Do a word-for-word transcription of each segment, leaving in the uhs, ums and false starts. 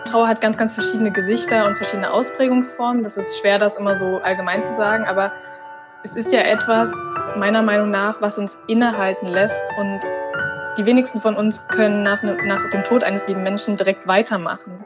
Trauer hat ganz, ganz verschiedene Gesichter und verschiedene Ausprägungsformen. Das ist schwer, das immer so allgemein zu sagen, aber es ist ja etwas, meiner Meinung nach, was uns innehalten lässt, und die wenigsten von uns können nach, nach dem Tod eines lieben Menschen direkt weitermachen.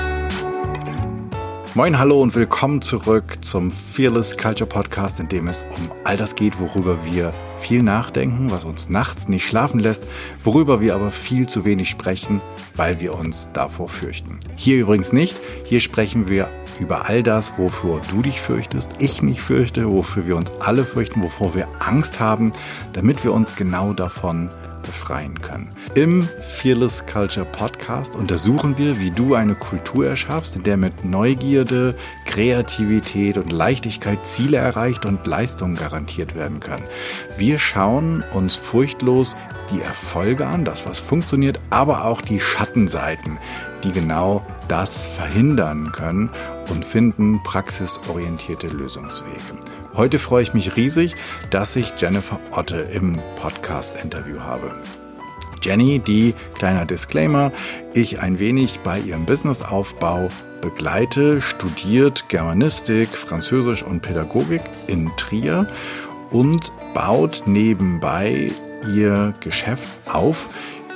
Moin, hallo und willkommen zurück zum Fearless Culture Podcast, in dem es um all das geht, worüber wir viel nachdenken, was uns nachts nicht schlafen lässt, worüber wir aber viel zu wenig sprechen, weil wir uns davor fürchten. Hier übrigens nicht. Hier sprechen wir über all das, wofür du dich fürchtest, ich mich fürchte, wofür wir uns alle fürchten, wovor wir Angst haben, damit wir uns genau davon befreien können. Im Fearless Culture Podcast untersuchen wir, wie du eine Kultur erschaffst, in der mit Neugierde, Kreativität und Leichtigkeit Ziele erreicht und Leistungen garantiert werden können. Wir schauen uns furchtlos die Erfolge an, das, was funktioniert, aber auch die Schattenseiten, die genau das verhindern können, und finden praxisorientierte Lösungswege. Heute freue ich mich riesig, dass ich Jennifer Otte im Podcast-Interview habe. Jenny, die, kleiner Disclaimer, ich ein wenig bei ihrem Businessaufbau begleite, studiert Germanistik, Französisch und Pädagogik in Trier und baut nebenbei ihr Geschäft auf,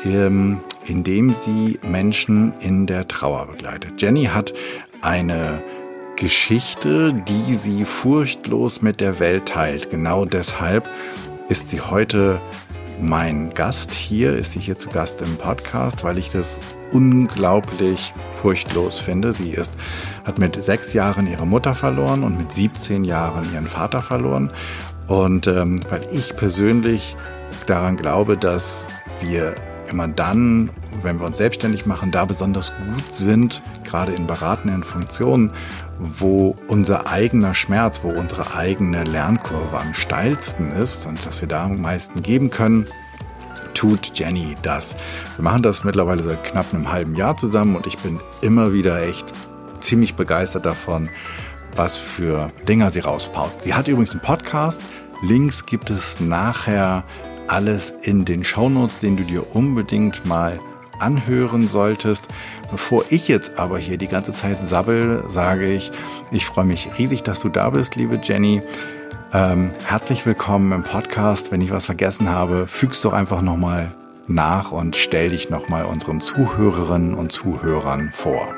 indem sie Menschen in der Trauer begleitet. Jenny hat eine Geschichte, die sie furchtlos mit der Welt teilt. Genau deshalb ist sie heute mein Gast hier, ist sie hier zu Gast im Podcast, weil ich das unglaublich furchtlos finde. Sie ist, hat mit sechs Jahren ihre Mutter verloren und mit siebzehn Jahren ihren Vater verloren. Und ähm, weil ich persönlich daran glaube, dass wir immer dann, wenn wir uns selbstständig machen, da besonders gut sind, gerade in beratenden Funktionen, wo unser eigener Schmerz, wo unsere eigene Lernkurve am steilsten ist und dass wir da am meisten geben können, tut Jenny das. Wir machen das mittlerweile seit knapp einem halben Jahr zusammen und ich bin immer wieder echt ziemlich begeistert davon, was für Dinger sie rauspaut. Sie hat übrigens einen Podcast. Links gibt es nachher alles in den Shownotes, den du dir unbedingt mal anhören solltest. Bevor ich jetzt aber hier die ganze Zeit sabbel, sage ich, ich freue mich riesig, dass du da bist, liebe Jenny. Ähm, herzlich willkommen im Podcast. Wenn ich was vergessen habe, fügst doch einfach nochmal nach und stell dich nochmal unseren Zuhörerinnen und Zuhörern vor.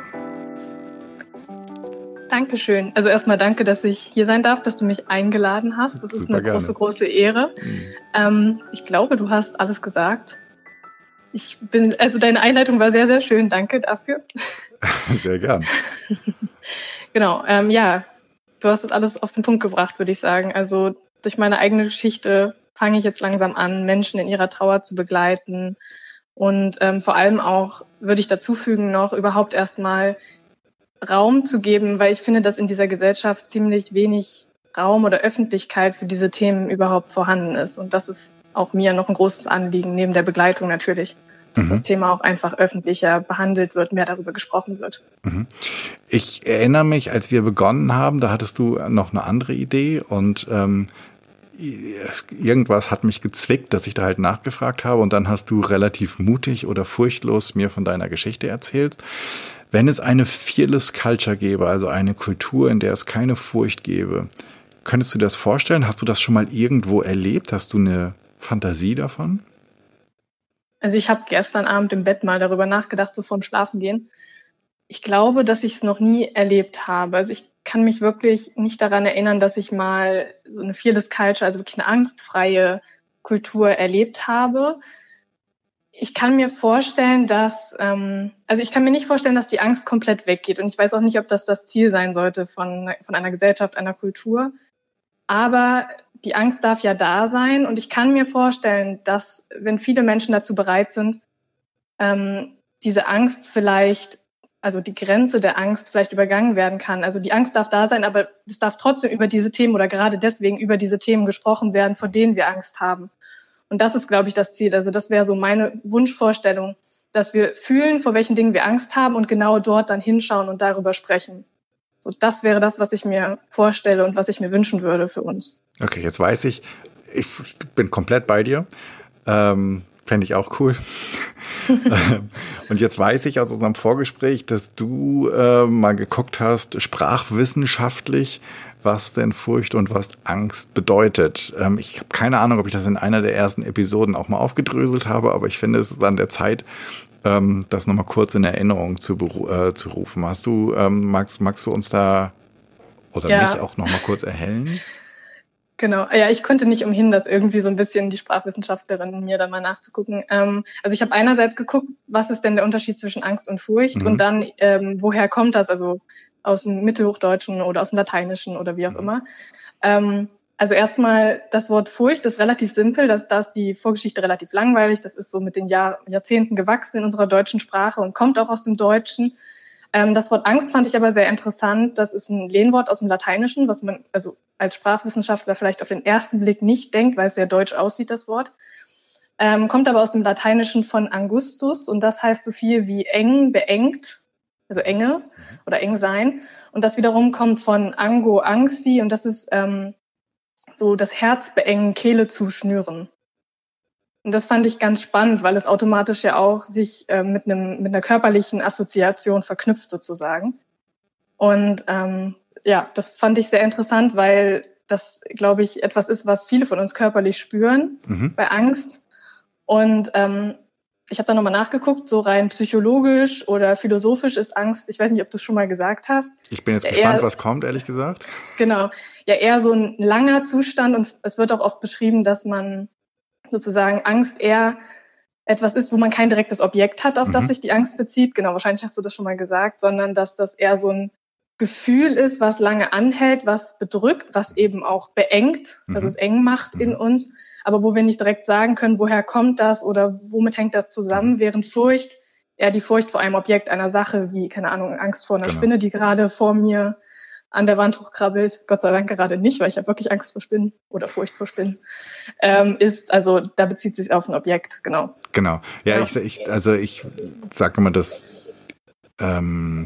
Dankeschön. Also erstmal danke, dass ich hier sein darf, dass du mich eingeladen hast. Das ist Super eine gerne. große, große Ehre. Mhm. Ähm, ich glaube, du hast alles gesagt. Ich bin, also deine Einleitung war sehr, sehr schön. Danke dafür. Sehr gern. Genau, ähm, ja, du hast das alles auf den Punkt gebracht, würde ich sagen. Also durch meine eigene Geschichte fange ich jetzt langsam an, Menschen in ihrer Trauer zu begleiten. Und ähm, vor allem auch, würde ich dazu fügen, noch überhaupt erstmal Raum zu geben, weil ich finde, dass in dieser Gesellschaft ziemlich wenig Raum oder Öffentlichkeit für diese Themen überhaupt vorhanden ist. Und das ist auch mir noch ein großes Anliegen, neben der Begleitung natürlich, dass mhm. das Thema auch einfach öffentlicher behandelt wird, mehr darüber gesprochen wird. Mhm. Ich erinnere mich, als wir begonnen haben, da hattest du noch eine andere Idee und ähm, irgendwas hat mich gezwickt, dass ich da halt nachgefragt habe und dann hast du relativ mutig oder furchtlos mir von deiner Geschichte erzählt. Wenn es eine Fearless Culture gäbe, also eine Kultur, in der es keine Furcht gäbe, könntest du dir das vorstellen? Hast du das schon mal irgendwo erlebt? Hast du eine Fantasie davon? Also ich habe gestern Abend im Bett mal darüber nachgedacht, so vorm Schlafengehen. Ich glaube, dass ich es noch nie erlebt habe. Also ich kann mich wirklich nicht daran erinnern, dass ich mal so eine Fearless Culture, also wirklich eine angstfreie Kultur erlebt habe. Ich kann mir vorstellen, dass, ähm, also ich kann mir nicht vorstellen, dass die Angst komplett weggeht. Und ich weiß auch nicht, ob das das Ziel sein sollte von, von einer Gesellschaft, einer Kultur. Aber die Angst darf ja da sein. Und ich kann mir vorstellen, dass, wenn viele Menschen dazu bereit sind, ähm, diese Angst vielleicht, also die Grenze der Angst vielleicht übergangen werden kann. Also die Angst darf da sein, aber es darf trotzdem über diese Themen oder gerade deswegen über diese Themen gesprochen werden, vor denen wir Angst haben. Und das ist, glaube ich, das Ziel. Also das wäre so meine Wunschvorstellung, dass wir fühlen, vor welchen Dingen wir Angst haben und genau dort dann hinschauen und darüber sprechen. So, das wäre das, was ich mir vorstelle und was ich mir wünschen würde für uns. Okay, jetzt weiß ich, ich bin komplett bei dir. Ähm, fände ich auch cool. Und jetzt weiß ich aus unserem Vorgespräch, dass du äh, mal geguckt hast, sprachwissenschaftlich, was denn Furcht und was Angst bedeutet. Ähm, ich habe keine Ahnung, ob ich das in einer der ersten Episoden auch mal aufgedröselt habe, aber ich finde, es ist an der Zeit, ähm, das nochmal kurz in Erinnerung zu, äh, zu rufen. Hast du, ähm, magst, magst du uns da oder ja. mich auch nochmal kurz erhellen? Genau, ja, ich konnte nicht umhin, das irgendwie so ein bisschen die Sprachwissenschaftlerin in mir da mal nachzugucken. Ähm, also ich habe einerseits geguckt, was ist denn der Unterschied zwischen Angst und Furcht mhm. und dann, ähm, woher kommt das, also aus dem Mittelhochdeutschen oder aus dem Lateinischen oder wie auch mhm. immer. Ähm, also erstmal, das Wort Furcht ist relativ simpel, da ist die Vorgeschichte relativ langweilig, das ist so mit den Jahr, Jahrzehnten gewachsen in unserer deutschen Sprache und kommt auch aus dem Deutschen. Ähm, das Wort Angst fand ich aber sehr interessant. Das ist ein Lehnwort aus dem Lateinischen, was man also als Sprachwissenschaftler vielleicht auf den ersten Blick nicht denkt, weil es sehr deutsch aussieht, das Wort. Ähm, kommt aber aus dem Lateinischen von angustus und das heißt so viel wie eng, beengt, also enge oder eng sein. Und das wiederum kommt von ango, angsi und das ist ähm, so das Herz beengen, Kehle zuschnüren. Und das fand ich ganz spannend, weil es automatisch ja auch sich äh, mit einem mit einer körperlichen Assoziation verknüpft sozusagen. Und ähm, ja, das fand ich sehr interessant, weil das, glaube ich, etwas ist, was viele von uns körperlich spüren mhm. bei Angst. Und ähm, ich habe da nochmal nachgeguckt, so rein psychologisch oder philosophisch ist Angst, ich weiß nicht, ob du es schon mal gesagt hast. Ich bin jetzt ja, gespannt, eher, was kommt, ehrlich gesagt. Genau, ja eher so ein langer Zustand und es wird auch oft beschrieben, dass man sozusagen Angst eher etwas ist, wo man kein direktes Objekt hat, auf mhm. das sich die Angst bezieht. Genau, wahrscheinlich hast du das schon mal gesagt, sondern dass das eher so ein Gefühl ist, was lange anhält, was bedrückt, was eben auch beengt, mhm. also es eng macht mhm. in uns, aber wo wir nicht direkt sagen können, woher kommt das oder womit hängt das zusammen, mhm. während Furcht eher die Furcht vor einem Objekt, einer Sache, wie, keine Ahnung, Angst vor einer genau. Spinne, die gerade vor mir an der Wand hochkrabbelt, Gott sei Dank gerade nicht, weil ich habe wirklich Angst vor Spinnen oder Furcht vor Spinnen, ähm, ist, also da bezieht sich auf ein Objekt, genau. Genau, ja, ja. Ich, ich, also ich sage immer, dass ähm,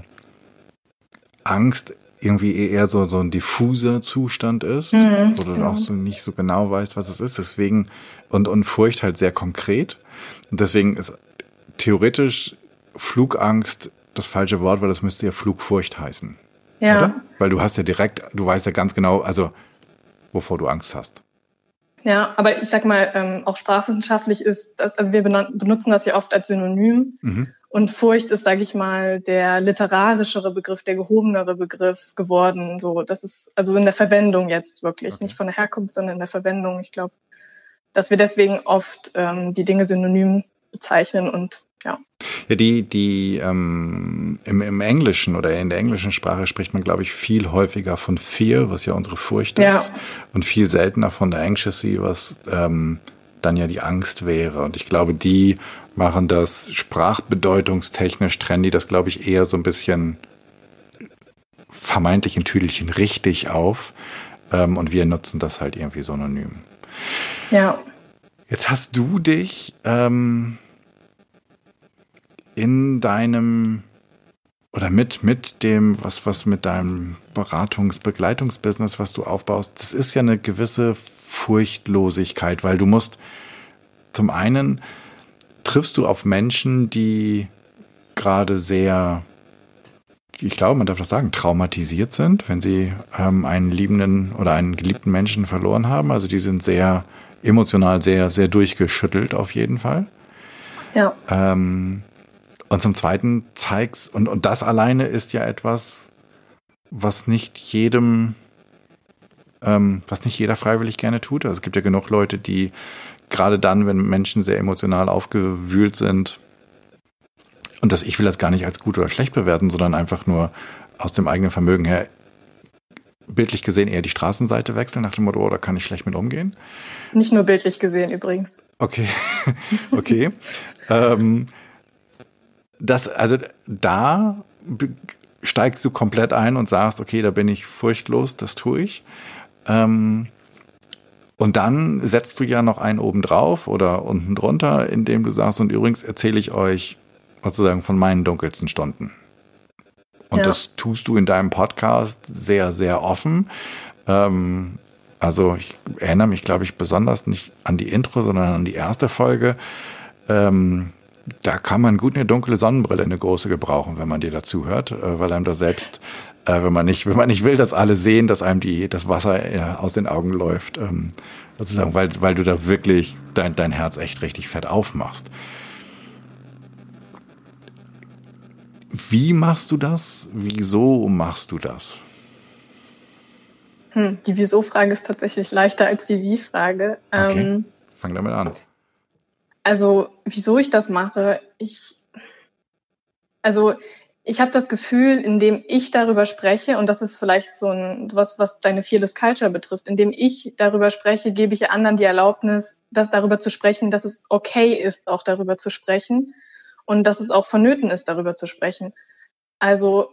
Angst irgendwie eher so, so ein diffuser Zustand ist, mhm, wo du genau. auch so nicht so genau weißt, was es ist, deswegen, und, und Furcht halt sehr konkret und deswegen ist theoretisch Flugangst das falsche Wort, weil das müsste ja Flugfurcht heißen. Ja. Oder? Weil du hast ja direkt, du weißt ja ganz genau, also wovor du Angst hast. Ja, aber ich sag mal, ähm, auch sprachwissenschaftlich ist das, also wir benutzen das ja oft als Synonym mhm. und Furcht ist, sage ich mal, der literarischere Begriff, der gehobenere Begriff geworden. So, das ist also in der Verwendung jetzt wirklich, okay. nicht von der Herkunft, sondern in der Verwendung. Ich glaube, dass wir deswegen oft ähm, die Dinge synonym bezeichnen und ja. Ja, die, die ähm, im, im Englischen oder in der englischen Sprache spricht man, glaube ich, viel häufiger von Fear, was ja unsere Furcht ist, ja. und viel seltener von der Anxiety, was ähm, dann ja die Angst wäre. Und ich glaube, die machen das sprachbedeutungstechnisch, trennen die das, glaube ich, eher so ein bisschen vermeintlich in Tüdelchen richtig auf. Ähm, und wir nutzen das halt irgendwie synonym. Ja. Jetzt hast du dich ähm, in deinem oder mit mit dem, was was mit deinem Beratungs-, Begleitungsbusiness, was du aufbaust, das ist ja eine gewisse Furchtlosigkeit, weil du musst, zum einen triffst du auf Menschen, die gerade sehr, ich glaube, man darf das sagen, traumatisiert sind, wenn sie ähm, einen liebenden oder einen geliebten Menschen verloren haben. Also die sind sehr emotional sehr, sehr durchgeschüttelt auf jeden Fall. Ja. Ähm, Und zum Zweiten zeigt's, und, und das alleine ist ja etwas, was nicht jedem, ähm, was nicht jeder freiwillig gerne tut. Also es gibt ja genug Leute, die gerade dann, wenn Menschen sehr emotional aufgewühlt sind, und das, ich will das gar nicht als gut oder schlecht bewerten, sondern einfach nur aus dem eigenen Vermögen her, bildlich gesehen eher die Straßenseite wechseln, nach dem Motto, oh, da kann ich schlecht mit umgehen. Nicht nur bildlich gesehen übrigens. Okay, okay. ähm, Das, also da steigst du komplett ein und sagst, okay, da bin ich furchtlos, das tue ich. Ähm, und dann setzt du ja noch einen oben drauf oder unten drunter, indem du sagst, und übrigens erzähle ich euch sozusagen von meinen dunkelsten Stunden. Und ja. das tust du in deinem Podcast sehr, sehr offen. Ähm, also ich erinnere mich, glaube ich, besonders nicht an die Intro, sondern an die erste Folge. Ähm, Da kann man gut eine dunkle Sonnenbrille, eine große gebrauchen, wenn man dir dazu hört, weil einem das selbst, äh, wenn man nicht, wenn man nicht will, dass alle sehen, dass einem die, das Wasser äh, aus den Augen läuft, ähm, sozusagen, weil, weil du da wirklich dein, dein Herz echt richtig fett aufmachst. Wie machst du das? Wieso machst du das? Hm, die Wieso-Frage ist tatsächlich leichter als die Wie-Frage. Okay, ähm, fang damit an. Also, wieso ich das mache, ich, also, ich habe das Gefühl, indem ich darüber spreche, und das ist vielleicht so ein, was, was deine Fearless Culture betrifft, indem ich darüber spreche, gebe ich anderen die Erlaubnis, das darüber zu sprechen, dass es okay ist, auch darüber zu sprechen und dass es auch vonnöten ist, darüber zu sprechen. Also,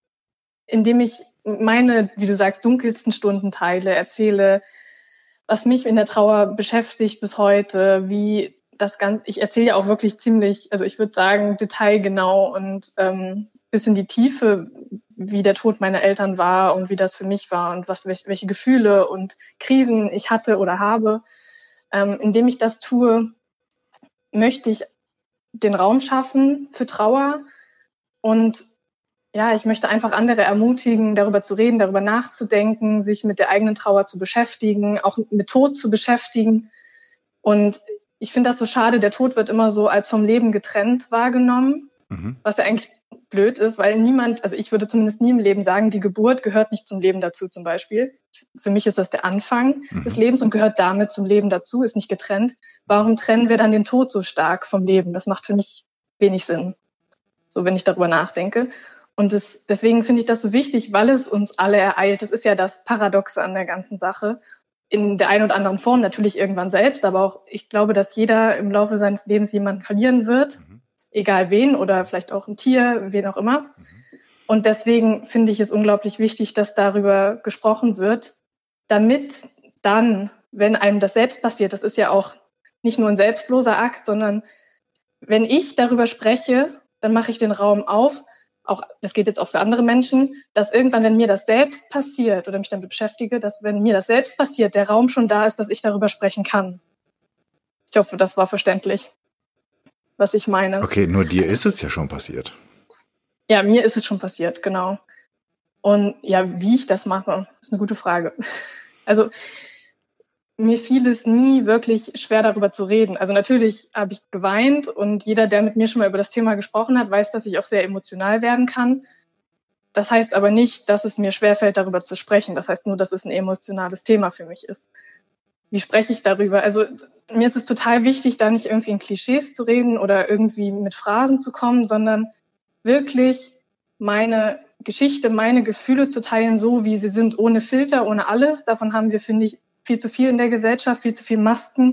indem ich meine, wie du sagst, dunkelsten Stunden teile, erzähle, was mich in der Trauer beschäftigt bis heute, wie das Ganze, ich erzähle ja auch wirklich ziemlich, also ich würde sagen, detailgenau und ähm, bis in die Tiefe, wie der Tod meiner Eltern war und wie das für mich war und was welche Gefühle und Krisen ich hatte oder habe. Ähm, indem ich das tue, möchte ich den Raum schaffen für Trauer und ja, ich möchte einfach andere ermutigen, darüber zu reden, darüber nachzudenken, sich mit der eigenen Trauer zu beschäftigen, auch mit Tod zu beschäftigen. Und ich finde das so schade, der Tod wird immer so als vom Leben getrennt wahrgenommen, mhm. was ja eigentlich blöd ist, weil niemand, also ich würde zumindest nie im Leben sagen, die Geburt gehört nicht zum Leben dazu zum Beispiel. Für mich ist das der Anfang mhm. des Lebens und gehört damit zum Leben dazu, ist nicht getrennt. Warum trennen wir dann den Tod so stark vom Leben? Das macht für mich wenig Sinn, so wenn ich darüber nachdenke. Und das, deswegen finde ich das so wichtig, weil es uns alle ereilt. Das ist ja das Paradoxe an der ganzen Sache. In der einen oder anderen Form natürlich irgendwann selbst, aber auch ich glaube, dass jeder im Laufe seines Lebens jemanden verlieren wird, mhm. egal wen oder vielleicht auch ein Tier, wen auch immer. Mhm. Und deswegen finde ich es unglaublich wichtig, dass darüber gesprochen wird, damit dann, wenn einem das selbst passiert, das ist ja auch nicht nur ein selbstloser Akt, sondern wenn ich darüber spreche, dann mache ich den Raum auf, auch, das geht jetzt auch für andere Menschen, dass irgendwann, wenn mir das selbst passiert oder mich damit beschäftige, dass wenn mir das selbst passiert, der Raum schon da ist, dass ich darüber sprechen kann. Ich hoffe, das war verständlich, was ich meine. Okay, nur dir ist es ja schon passiert. Ja, mir ist es schon passiert, genau. Und ja, wie ich das mache, ist eine gute Frage. Also, mir fiel es nie wirklich schwer, darüber zu reden. Also natürlich habe ich geweint und jeder, der mit mir schon mal über das Thema gesprochen hat, weiß, dass ich auch sehr emotional werden kann. Das heißt aber nicht, dass es mir schwerfällt, darüber zu sprechen. Das heißt nur, dass es ein emotionales Thema für mich ist. Wie spreche ich darüber? Also mir ist es total wichtig, da nicht irgendwie in Klischees zu reden oder irgendwie mit Phrasen zu kommen, sondern wirklich meine Geschichte, meine Gefühle zu teilen, so wie sie sind, ohne Filter, ohne alles. Davon haben wir, finde ich, viel zu viel in der Gesellschaft, viel zu viel Masken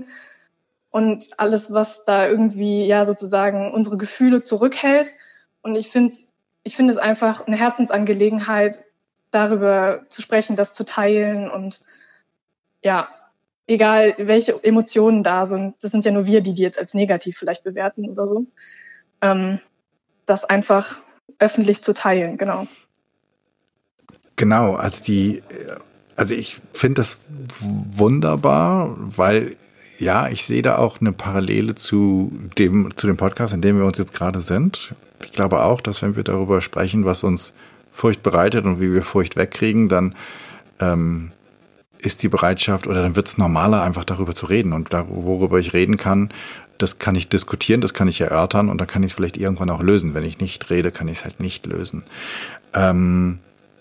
und alles, was da irgendwie ja sozusagen unsere Gefühle zurückhält. Und ich finde es ich finde es einfach eine Herzensangelegenheit, darüber zu sprechen, das zu teilen und ja, egal welche Emotionen da sind, das sind ja nur wir, die die jetzt als negativ vielleicht bewerten oder so, ähm, das einfach öffentlich zu teilen, genau. Genau, also die Also ich finde das wunderbar, weil ja, ich sehe da auch eine Parallele zu dem zu dem Podcast, in dem wir uns jetzt gerade sind. Ich glaube auch, dass wenn wir darüber sprechen, was uns Furcht bereitet und wie wir Furcht wegkriegen, dann ähm, ist die Bereitschaft oder dann wird es normaler, einfach darüber zu reden. Und da, worüber ich reden kann, das kann ich diskutieren, das kann ich erörtern und dann kann ich es vielleicht irgendwann auch lösen. Wenn ich nicht rede, kann ich es halt nicht lösen. Ähm,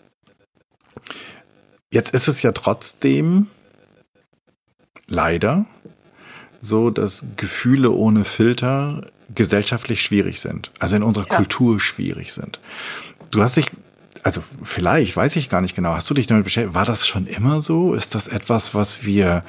Jetzt ist es ja trotzdem leider so, dass Gefühle ohne Filter gesellschaftlich schwierig sind, also in unserer ja. Kultur schwierig sind. Du hast dich, also vielleicht, weiß ich gar nicht genau, hast du dich damit beschäftigt, war das schon immer so? Ist das etwas, was wir,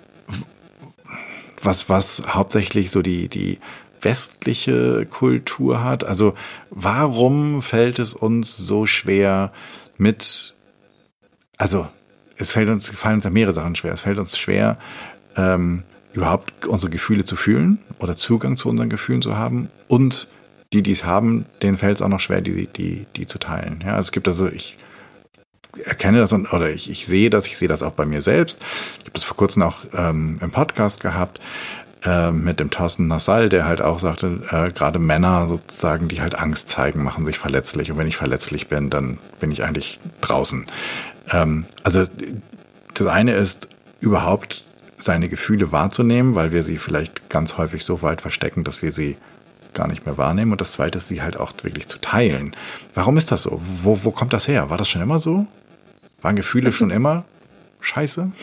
was, was hauptsächlich so die, die westliche Kultur hat? Also warum fällt es uns so schwer mit Also es fällt uns, fallen uns ja mehrere Sachen schwer. Es fällt uns schwer, ähm, überhaupt unsere Gefühle zu fühlen oder Zugang zu unseren Gefühlen zu haben. Und die, die es haben, denen fällt es auch noch schwer, die, die, die zu teilen. Ja, also es gibt also, ich erkenne das und, oder ich, ich sehe das, ich sehe das auch bei mir selbst. Ich habe das vor kurzem auch ähm, im Podcast gehabt. äh, mit dem Thorsten Nassal, der halt auch sagte, äh, gerade Männer sozusagen, die halt Angst zeigen, machen sich verletzlich. Und wenn ich verletzlich bin, dann bin ich eigentlich draußen. Ähm, also das eine ist überhaupt seine Gefühle wahrzunehmen, weil wir sie vielleicht ganz häufig so weit verstecken, dass wir sie gar nicht mehr wahrnehmen. Und das zweite ist, sie halt auch wirklich zu teilen. Warum ist das so? Wo, wo kommt das her? War das schon immer so? Waren Gefühle schon immer scheiße?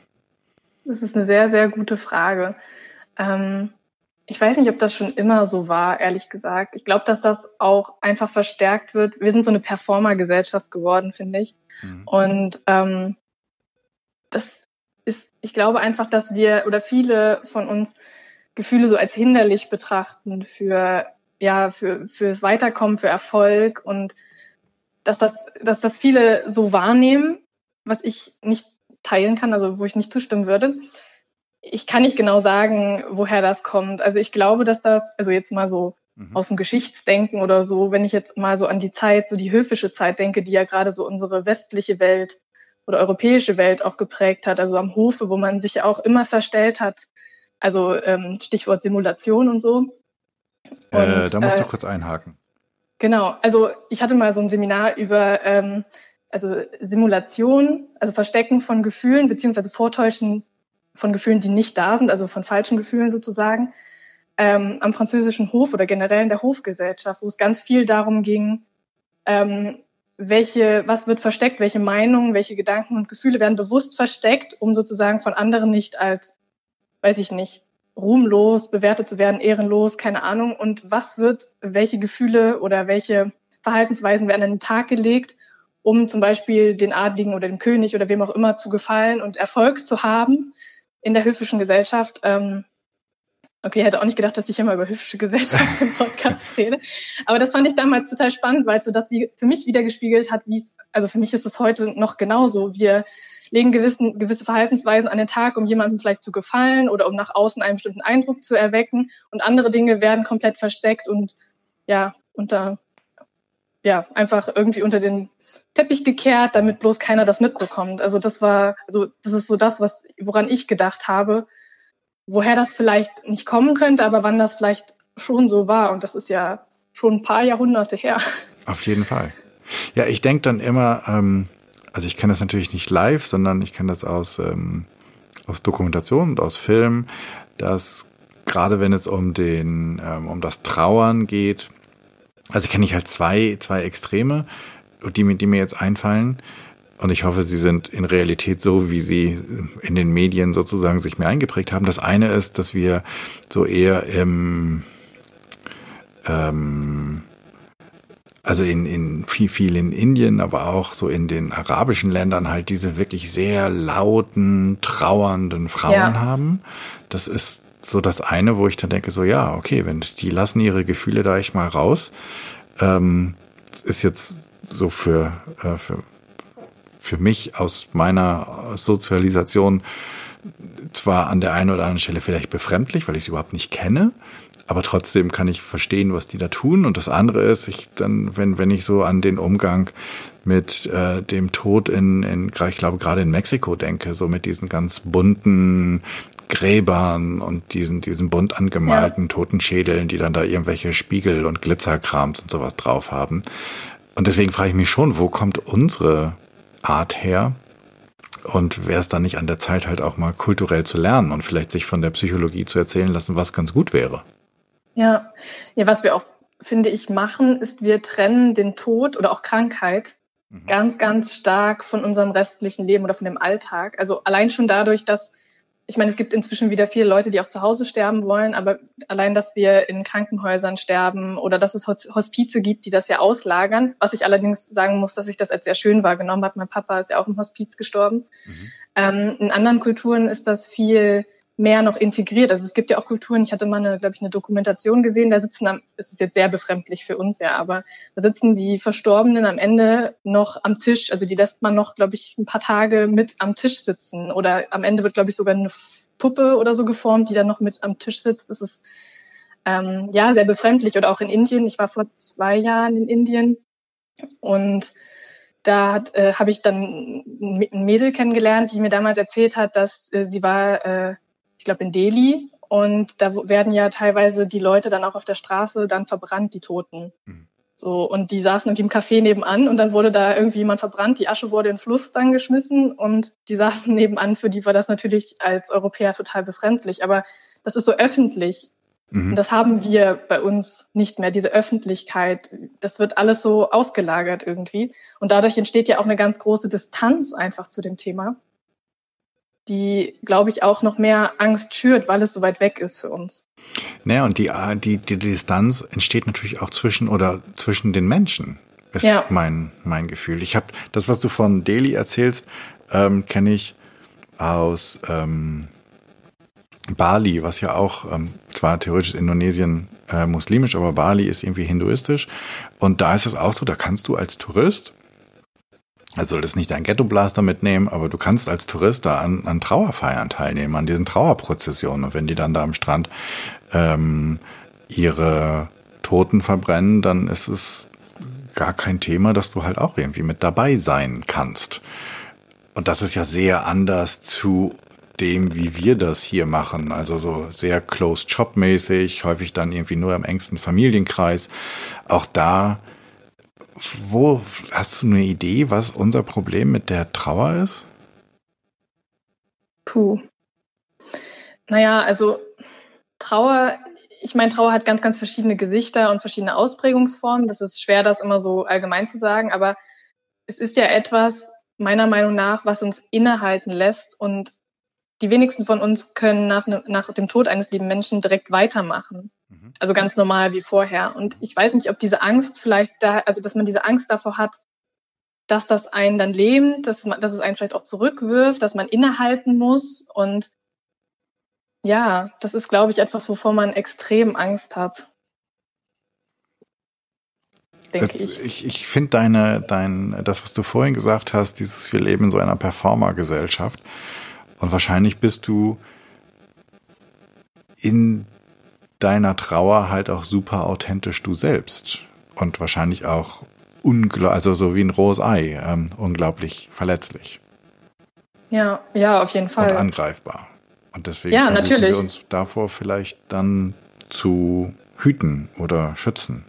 Das ist eine sehr, sehr gute Frage. Ähm, ich weiß nicht, ob das schon immer so war, ehrlich gesagt. Ich glaube, dass das auch einfach verstärkt wird. Wir sind so eine Performer-Gesellschaft geworden, finde ich. Mhm. Und ähm, das ist, ich glaube einfach, dass wir oder viele von uns Gefühle so als hinderlich betrachten für, ja, für, fürs Weiterkommen, für Erfolg und dass das, dass das viele so wahrnehmen, was ich nicht teilen kann, also wo ich nicht zustimmen würde. Ich kann nicht genau sagen, woher das kommt. Also ich glaube, dass das, also jetzt mal so mhm. aus dem Geschichtsdenken oder so, wenn ich jetzt mal so an die Zeit, so die höfische Zeit denke, die ja gerade so unsere westliche Welt oder europäische Welt auch geprägt hat, also am Hofe, wo man sich ja auch immer verstellt hat, also ähm, Stichwort Simulation und so. Und, äh, da musst äh, du kurz einhaken. Genau, also ich hatte mal so ein Seminar über ähm, also Simulation, also Verstecken von Gefühlen, beziehungsweise Vortäuschen von Gefühlen, die nicht da sind, also von falschen Gefühlen sozusagen, ähm, am französischen Hof oder generell in der Hofgesellschaft, wo es ganz viel darum ging, ähm, welche, was wird versteckt, welche Meinungen, welche Gedanken und Gefühle werden bewusst versteckt, um sozusagen von anderen nicht als, weiß ich nicht, ruhmlos bewertet zu werden, ehrenlos, keine Ahnung. Und was wird, welche Gefühle oder welche Verhaltensweisen werden an den Tag gelegt, um zum Beispiel den Adligen oder dem König oder wem auch immer zu gefallen und Erfolg zu haben in der höfischen Gesellschaft. Ähm, okay, hätte auch nicht gedacht, dass ich immer über höfische Gesellschaft im Podcast rede. Aber das fand ich damals total spannend, weil es so das wie für mich wiedergespiegelt hat, wie es, also für mich ist es heute noch genauso. Wir legen gewissen, gewisse Verhaltensweisen an den Tag, um jemandem vielleicht zu gefallen oder um nach außen einen bestimmten Eindruck zu erwecken. Und andere Dinge werden komplett versteckt und ja, unter, ja, einfach irgendwie unter den Teppich gekehrt, damit bloß keiner das mitbekommt. Also das war, also das ist so das, was, woran ich gedacht habe, woher das vielleicht nicht kommen könnte, aber wann das vielleicht schon so war. Und das ist ja schon ein paar Jahrhunderte her. Auf jeden Fall. Ja, ich denke dann immer, ähm, also ich kenne das natürlich nicht live, sondern ich kenne das aus, ähm, aus Dokumentation und aus Film, dass gerade wenn es um den, ähm, um das Trauern geht, also kenne ich halt zwei, zwei Extreme, die mir, die mir jetzt einfallen. Und ich hoffe, sie sind in Realität so, wie sie in den Medien sozusagen sich mehr eingeprägt haben. Das eine ist, dass wir so eher im, ähm, also in, in viel, viel in Indien, aber auch so in den arabischen Ländern halt diese wirklich sehr lauten, trauernden Frauen ja. haben. Das ist so das eine, wo ich dann denke, so ja, okay, wenn die lassen ihre Gefühle da echt mal raus. Ähm, ist jetzt so für, äh, für für mich aus meiner Sozialisation zwar an der einen oder anderen Stelle vielleicht befremdlich, weil ich sie überhaupt nicht kenne, aber trotzdem kann ich verstehen, was die da tun. Und das andere ist, ich dann, wenn wenn ich so an den Umgang mit äh, dem Tod in, in, ich glaube gerade in Mexiko denke, so mit diesen ganz bunten Gräbern und diesen diesen bunt angemalten ja. toten Schädeln, die dann da irgendwelche Spiegel und Glitzerkrams und sowas drauf haben. Und deswegen frage ich mich schon, wo kommt unsere Art her und wäre es dann nicht an der Zeit, halt auch mal kulturell zu lernen und vielleicht sich von der Psychologie zu erzählen lassen, was ganz gut wäre. Ja, ja, was wir auch, finde ich, machen, ist, wir trennen den Tod oder auch Krankheit mhm. ganz, ganz stark von unserem restlichen Leben oder von dem Alltag. Also allein schon dadurch, dass ich meine, es gibt inzwischen wieder viele Leute, die auch zu Hause sterben wollen, aber allein, dass wir in Krankenhäusern sterben oder dass es Hospize gibt, die das ja auslagern, was ich allerdings sagen muss, dass ich das als sehr schön wahrgenommen habe. Mein Papa ist ja auch im Hospiz gestorben. Mhm. Ähm, in anderen Kulturen ist das viel mehr noch integriert. Also es gibt ja auch Kulturen, ich hatte mal eine, glaube ich, eine Dokumentation gesehen, da sitzen am, es ist jetzt sehr befremdlich für uns, ja, aber da sitzen die Verstorbenen am Ende noch am Tisch, also die lässt man noch, glaube ich, ein paar Tage mit am Tisch sitzen oder am Ende wird, glaube ich, sogar eine Puppe oder so geformt, die dann noch mit am Tisch sitzt. Das ist, ähm, ja, sehr befremdlich. Oder auch in Indien, ich war vor zwei Jahren in Indien und da hat, äh, habe ich dann ein Mädel kennengelernt, die mir damals erzählt hat, dass äh, sie war, äh, ich glaube in Delhi und da werden ja teilweise die Leute dann auch auf der Straße dann verbrannt, die Toten. Mhm. So, und die saßen irgendwie im Café nebenan und dann wurde da irgendwie jemand verbrannt, die Asche wurde in den Fluss dann geschmissen und die saßen nebenan, für die war das natürlich als Europäer total befremdlich, aber das ist so öffentlich. Mhm. Und das haben wir bei uns nicht mehr, diese Öffentlichkeit. Das wird alles so ausgelagert irgendwie. Und dadurch entsteht ja auch eine ganz große Distanz einfach zu dem Thema, die, glaube ich, auch noch mehr Angst schürt, weil es so weit weg ist für uns. Naja, und die, die, die Distanz entsteht natürlich auch zwischen oder zwischen den Menschen, ist ja. mein, mein Gefühl. Ich habe das, was du von Delhi erzählst, ähm, kenne ich aus ähm, Bali, was ja auch ähm, zwar theoretisch Indonesien äh, muslimisch, aber Bali ist irgendwie hinduistisch. Und da ist es auch so, da kannst du als Tourist, also solltest nicht deinen Ghetto-Blaster mitnehmen, aber du kannst als Tourist da an, an Trauerfeiern teilnehmen, an diesen Trauerprozessionen. Und wenn die dann da am Strand ähm, ihre Toten verbrennen, dann ist es gar kein Thema, dass du halt auch irgendwie mit dabei sein kannst. Und das ist ja sehr anders zu dem, wie wir das hier machen. Also so sehr closed-shop-mäßig, häufig dann irgendwie nur im engsten Familienkreis. Auch da, wo hast du eine Idee, was unser Problem mit der Trauer ist? Puh. Naja, also Trauer, ich meine, Trauer hat ganz, ganz verschiedene Gesichter und verschiedene Ausprägungsformen. Das ist schwer, das immer so allgemein zu sagen, aber es ist ja etwas, meiner Meinung nach, was uns innehalten lässt und die wenigsten von uns können nach, nach dem Tod eines lieben Menschen direkt weitermachen. Mhm. Also ganz normal wie vorher. Und ich weiß nicht, ob diese Angst vielleicht da, also dass man diese Angst davor hat, dass das einen dann lähmt, dass man, dass es einen vielleicht auch zurückwirft, dass man innehalten muss. Und ja, das ist, glaube ich, etwas, wovor man extrem Angst hat. Denke ich. Ich, ich finde deine, dein, das, was du vorhin gesagt hast, dieses, wir leben in so einer Performer-Gesellschaft. Und wahrscheinlich bist du in deiner Trauer halt auch super authentisch du selbst. Und wahrscheinlich auch, ungl- also so wie ein rohes Ei, ähm, unglaublich verletzlich. Ja, ja, auf jeden Fall. Und angreifbar. Und deswegen ja, versuchen natürlich. wir uns davor vielleicht dann zu hüten oder schützen.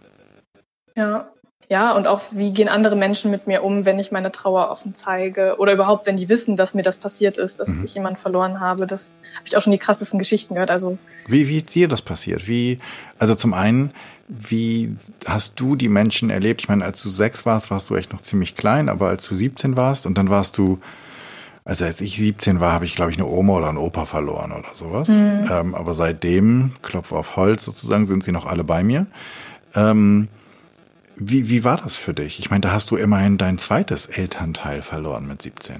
Ja. Ja, und auch, wie gehen andere Menschen mit mir um, wenn ich meine Trauer offen zeige? Oder überhaupt, wenn die wissen, dass mir das passiert ist, dass mhm. ich jemanden verloren habe. Das habe ich auch schon die krassesten Geschichten gehört. Also Wie, wie ist dir das passiert? Wie, also zum einen, wie hast du die Menschen erlebt? Ich meine, als du sechs warst, warst du echt noch ziemlich klein, aber als du siebzehn warst und dann warst du, also als ich siebzehn war, habe ich, glaube ich, eine Oma oder einen Opa verloren oder sowas. Mhm. Ähm, aber seitdem, Klopf auf Holz sozusagen, sind sie noch alle bei mir. Ähm, Wie, wie war das für dich? Ich meine, da hast du immerhin dein zweites Elternteil verloren mit siebzehn.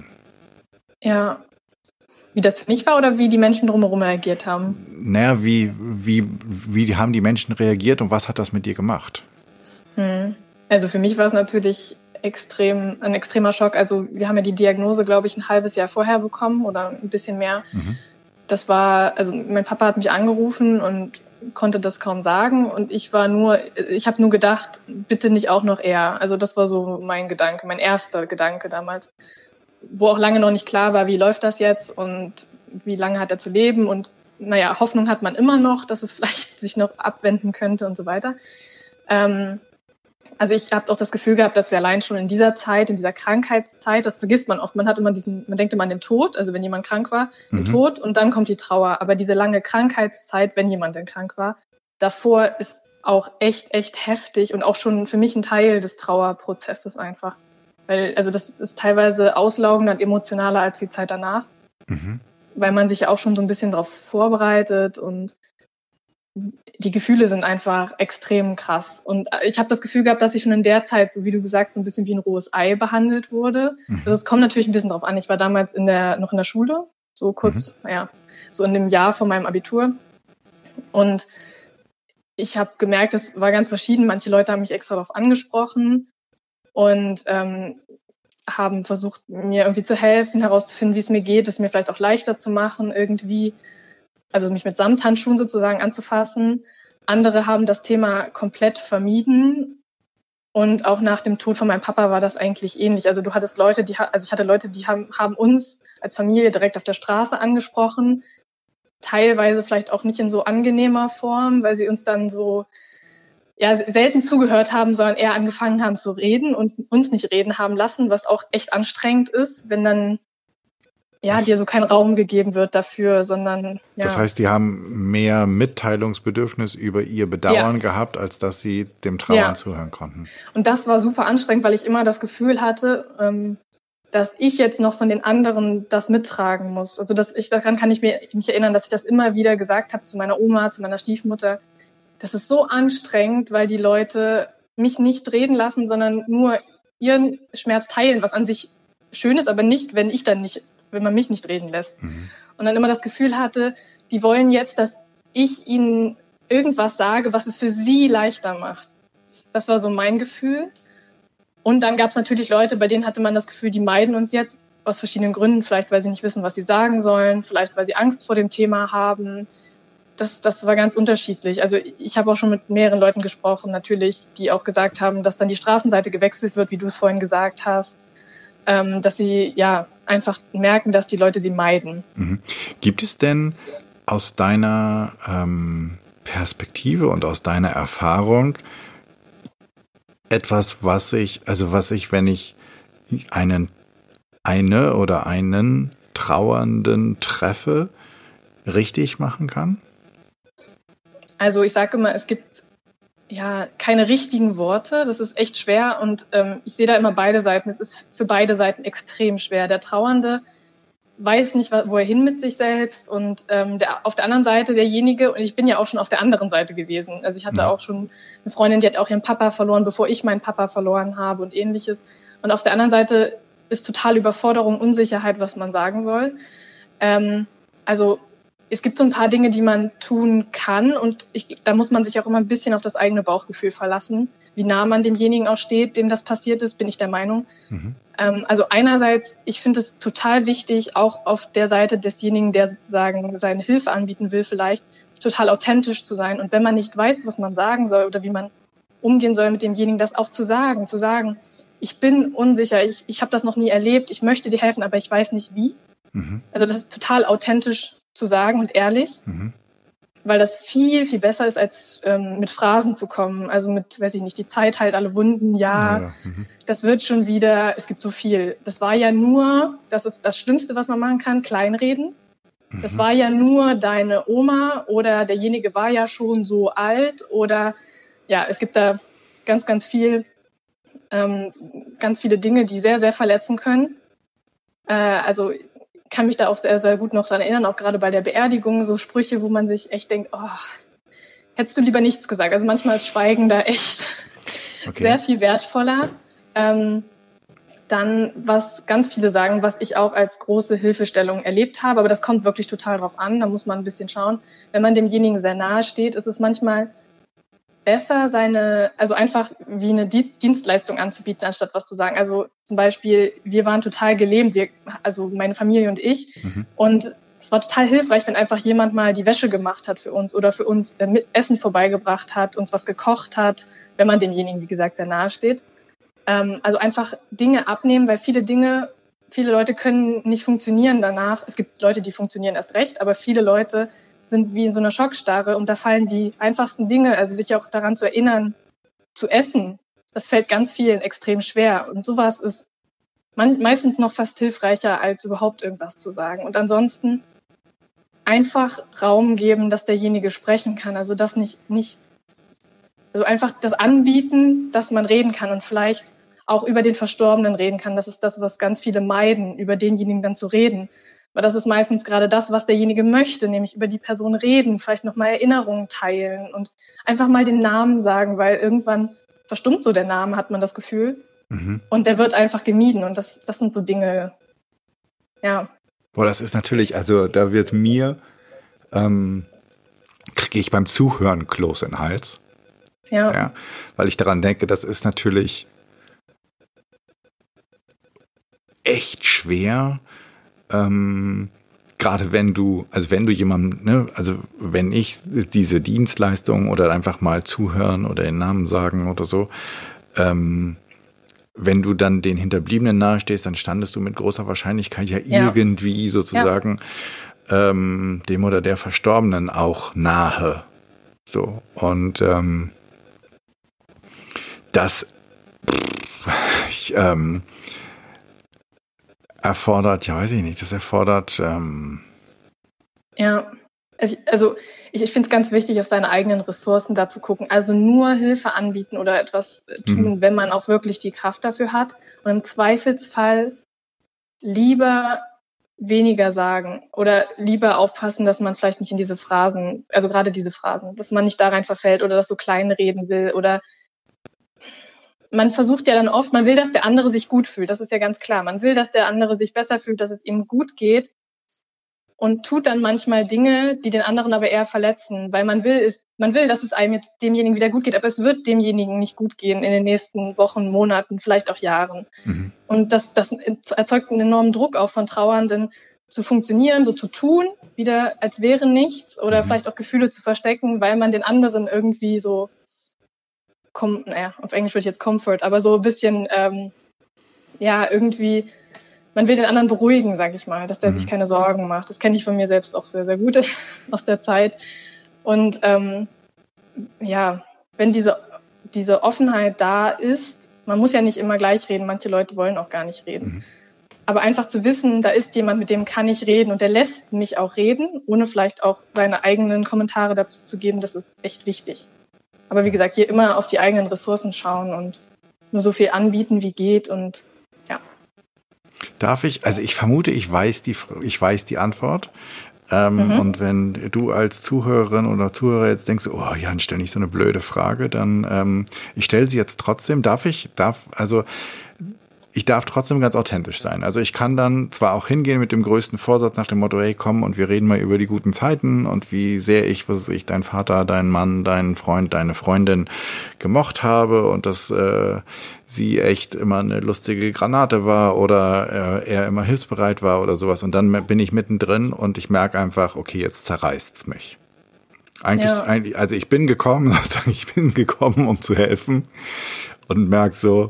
Ja. Wie das für mich war oder wie die Menschen drumherum reagiert haben? Naja, wie, wie, wie haben die Menschen reagiert und was hat das mit dir gemacht? Hm. Also für mich war es natürlich extrem, ein extremer Schock. Also wir haben ja die Diagnose, glaube ich, ein halbes Jahr vorher bekommen oder ein bisschen mehr. Mhm. Das war, also mein Papa hat mich angerufen und konnte das kaum sagen und ich war nur, ich habe nur gedacht, bitte nicht auch noch er. Also das war so mein Gedanke, mein erster Gedanke damals, wo auch lange noch nicht klar war, wie läuft das jetzt und wie lange hat er zu leben und naja, Hoffnung hat man immer noch, dass es vielleicht sich noch abwenden könnte und so weiter. Ähm, also ich habe auch das Gefühl gehabt, dass wir allein schon in dieser Zeit, in dieser Krankheitszeit, das vergisst man oft, man hat immer diesen, man denkt immer an den Tod, also wenn jemand krank war, den mhm. Tod und dann kommt die Trauer. Aber diese lange Krankheitszeit, wenn jemand denn krank war, davor ist auch echt, echt heftig und auch schon für mich ein Teil des Trauerprozesses einfach. Weil, also das ist teilweise auslaugender und emotionaler als die Zeit danach, mhm. weil man sich ja auch schon so ein bisschen darauf vorbereitet und die Gefühle sind einfach extrem krass. Und ich habe das Gefühl gehabt, dass ich schon in der Zeit, so wie du gesagt, so ein bisschen wie ein rohes Ei behandelt wurde. Mhm. Also es kommt natürlich ein bisschen drauf an. Ich war damals in der noch in der Schule, so kurz, mhm. ja, so in dem Jahr vor meinem Abitur. Und ich habe gemerkt, das war ganz verschieden. Manche Leute haben mich extra darauf angesprochen und ähm, haben versucht, mir irgendwie zu helfen, herauszufinden, wie es mir geht, es mir vielleicht auch leichter zu machen, irgendwie. Also mich mit Samthandschuhen sozusagen anzufassen. Andere haben das Thema komplett vermieden. Und auch nach dem Tod von meinem Papa war das eigentlich ähnlich. Also du hattest Leute, die, also ich hatte Leute, die haben, haben uns als Familie direkt auf der Straße angesprochen. teilweise vielleicht auch nicht in so angenehmer Form, weil sie uns dann so ja selten zugehört haben, sondern eher angefangen haben zu reden und uns nicht reden haben lassen, was auch echt anstrengend ist, wenn dann ja das, dir so kein Raum gegeben wird dafür, sondern ja. Das heißt, die haben mehr Mitteilungsbedürfnis über ihr Bedauern ja. gehabt, als dass sie dem Trauern ja. zuhören konnten. Und das war super anstrengend, weil ich immer das Gefühl hatte, ähm, dass ich jetzt noch von den anderen das mittragen muss. Also dass ich daran kann ich mir, mich erinnern, dass ich das immer wieder gesagt habe zu meiner Oma, zu meiner Stiefmutter. Das ist so anstrengend, weil die Leute mich nicht reden lassen, sondern nur ihren Schmerz teilen, was an sich schön ist, aber nicht, wenn ich dann nicht, wenn man mich nicht reden lässt. Mhm. Und dann immer das Gefühl hatte, die wollen jetzt, dass ich ihnen irgendwas sage, was es für sie leichter macht. Das war so mein Gefühl. Und dann gab es natürlich Leute, bei denen hatte man das Gefühl, die meiden uns jetzt aus verschiedenen Gründen. Vielleicht, weil sie nicht wissen, was sie sagen sollen. Vielleicht, weil sie Angst vor dem Thema haben. Das, das war ganz unterschiedlich. Also ich habe auch schon mit mehreren Leuten gesprochen, natürlich, die auch gesagt haben, dass dann die Straßenseite gewechselt wird, wie du es vorhin gesagt hast. Ähm, dass sie ja einfach merken, dass die Leute sie meiden. Mhm. Gibt es denn aus deiner ähm, Perspektive und aus deiner Erfahrung etwas, was ich, also was ich, wenn ich einen, eine oder einen Trauernden treffe, richtig machen kann? Also ich sage immer, es gibt ja keine richtigen Worte, das ist echt schwer und ähm, ich sehe da immer beide Seiten. Es ist für beide Seiten extrem schwer. Der Trauernde weiß nicht, wo er hin mit sich selbst und ähm, der, auf der anderen Seite derjenige, und ich bin ja auch schon auf der anderen Seite gewesen, also ich hatte ja. auch schon eine Freundin, die hat auch ihren Papa verloren, bevor ich meinen Papa verloren habe und ähnliches, und auf der anderen Seite ist total Überforderung, Unsicherheit, was man sagen soll. Ähm, also es gibt so ein paar Dinge, die man tun kann und ich, da muss man sich auch immer ein bisschen auf das eigene Bauchgefühl verlassen, wie nah man demjenigen auch steht, dem das passiert ist, bin ich der Meinung. Mhm. Ähm, also einerseits, ich finde es total wichtig, auch auf der Seite desjenigen, der sozusagen seine Hilfe anbieten will, vielleicht total authentisch zu sein. Und wenn man nicht weiß, was man sagen soll oder wie man umgehen soll mit demjenigen, das auch zu sagen, zu sagen, ich bin unsicher, ich, ich habe das noch nie erlebt, ich möchte dir helfen, aber ich weiß nicht wie. Mhm. Also das ist total authentisch zu sagen und ehrlich. Mhm. Weil das viel, viel besser ist, als ähm, mit Phrasen zu kommen. Also mit, weiß ich nicht, die Zeit heilt alle Wunden, ja, ja, ja. Mhm. Das wird schon wieder, es gibt so viel. Das war ja nur, das ist das Schlimmste, was man machen kann, kleinreden. Mhm. Das war ja nur deine Oma oder derjenige war ja schon so alt oder, ja, es gibt da ganz, ganz viel, ähm, ganz viele Dinge, die sehr, sehr verletzen können. Äh, also kann mich da auch sehr, sehr gut noch dran erinnern, auch gerade bei der Beerdigung, so Sprüche, wo man sich echt denkt, oh, hättest du lieber nichts gesagt. Also manchmal ist Schweigen da echt okay. sehr viel wertvoller. Ähm, dann, was ganz viele sagen, was ich auch als große Hilfestellung erlebt habe, aber das kommt wirklich total drauf an, da muss man ein bisschen schauen. Wenn man demjenigen sehr nahe steht, ist es manchmal besser, seine, also einfach wie eine Dienstleistung anzubieten, anstatt was zu sagen. Also zum Beispiel, wir waren total gelähmt, wir, also meine Familie und ich. Mhm. Und es war total hilfreich, wenn einfach jemand mal die Wäsche gemacht hat für uns oder für uns äh, mit Essen vorbeigebracht hat, uns was gekocht hat, wenn man demjenigen, wie gesagt, sehr nahe steht. Ähm, also einfach Dinge abnehmen, weil viele Dinge, viele Leute können nicht funktionieren danach. Es gibt Leute, die funktionieren erst recht, aber viele Leute sind wie in so einer Schockstarre und da fallen die einfachsten Dinge, also sich auch daran zu erinnern, zu essen, das fällt ganz vielen extrem schwer und sowas ist man, meistens noch fast hilfreicher, als überhaupt irgendwas zu sagen. Und ansonsten einfach Raum geben, dass derjenige sprechen kann, also das nicht, nicht, also einfach das anbieten, dass man reden kann und vielleicht auch über den Verstorbenen reden kann. Das ist das, was ganz viele meiden, über denjenigen dann zu reden. Aber das ist meistens gerade das, was derjenige möchte, nämlich über die Person reden, vielleicht nochmal Erinnerungen teilen und einfach mal den Namen sagen, weil irgendwann verstummt so der Name, hat man das Gefühl. Mhm. Und der wird einfach gemieden und das, das sind so Dinge, ja. Boah, das ist natürlich, also da wird mir, ähm, kriege ich beim Zuhören Kloß in den Hals. Ja. ja. Weil ich daran denke, das ist natürlich echt schwer, Ähm, gerade wenn du, also wenn du jemandem, ne, also wenn ich diese Dienstleistung oder einfach mal zuhören oder den Namen sagen oder so, ähm, wenn du dann den Hinterbliebenen nahestehst, dann standest du mit großer Wahrscheinlichkeit ja, ja. irgendwie sozusagen ähm, dem oder der Verstorbenen auch nahe. So, und ähm, das ich, ähm, erfordert, ja weiß ich nicht, das erfordert ähm, ja, also, also ich, ich finde es ganz wichtig, auf seine eigenen Ressourcen da zu gucken. Also nur Hilfe anbieten oder etwas tun, mhm. wenn man auch wirklich die Kraft dafür hat. Und im Zweifelsfall lieber weniger sagen oder lieber aufpassen, dass man vielleicht nicht in diese Phrasen, also gerade diese Phrasen, dass man nicht da rein verfällt oder das so klein reden will oder man versucht ja dann oft, man will, dass der andere sich gut fühlt, das ist ja ganz klar. Man will, dass der andere sich besser fühlt, dass es ihm gut geht und tut dann manchmal Dinge, die den anderen aber eher verletzen, weil man will, ist, man will, dass es einem jetzt demjenigen wieder gut geht, aber es wird demjenigen nicht gut gehen in den nächsten Wochen, Monaten, vielleicht auch Jahren. Mhm. Und das, das erzeugt einen enormen Druck auch von Trauernden, zu funktionieren, so zu tun, wieder als wäre nichts oder mhm. vielleicht auch Gefühle zu verstecken, weil man den anderen irgendwie so, kom- naja, auf Englisch würde ich jetzt Comfort, aber so ein bisschen, ähm, ja, irgendwie, man will den anderen beruhigen, sag ich mal, dass der mhm. sich keine Sorgen macht. Das kenne ich von mir selbst auch sehr, sehr gut aus der Zeit. Und ähm, ja, wenn diese, diese Offenheit da ist, man muss ja nicht immer gleich reden, manche Leute wollen auch gar nicht reden. Mhm. Aber einfach zu wissen, da ist jemand, mit dem kann ich reden und der lässt mich auch reden, ohne vielleicht auch seine eigenen Kommentare dazu zu geben, das ist echt wichtig. Aber wie gesagt, hier immer auf die eigenen Ressourcen schauen und nur so viel anbieten, wie geht und ja. Darf ich, also ich vermute, ich weiß die, ich weiß die Antwort. Ähm, mhm. Und wenn du als Zuhörerin oder Zuhörer jetzt denkst, oh Jan, stell nicht so eine blöde Frage, dann ähm, ich stelle sie jetzt trotzdem. Darf ich, darf, also ich darf trotzdem ganz authentisch sein. Also ich kann dann zwar auch hingehen mit dem größten Vorsatz nach dem Motto, hey, komm und wir reden mal über die guten Zeiten und wie sehr ich, was weiß ich, deinen Vater, deinen Mann, deinen Freund, deine Freundin gemocht habe und dass äh, sie echt immer eine lustige Granate war oder äh, er immer hilfsbereit war oder sowas. Und dann bin ich mittendrin und ich merke einfach, okay, jetzt zerreißt's mich. Eigentlich, ja. eigentlich, also ich bin gekommen, ich bin gekommen, um zu helfen und merke so,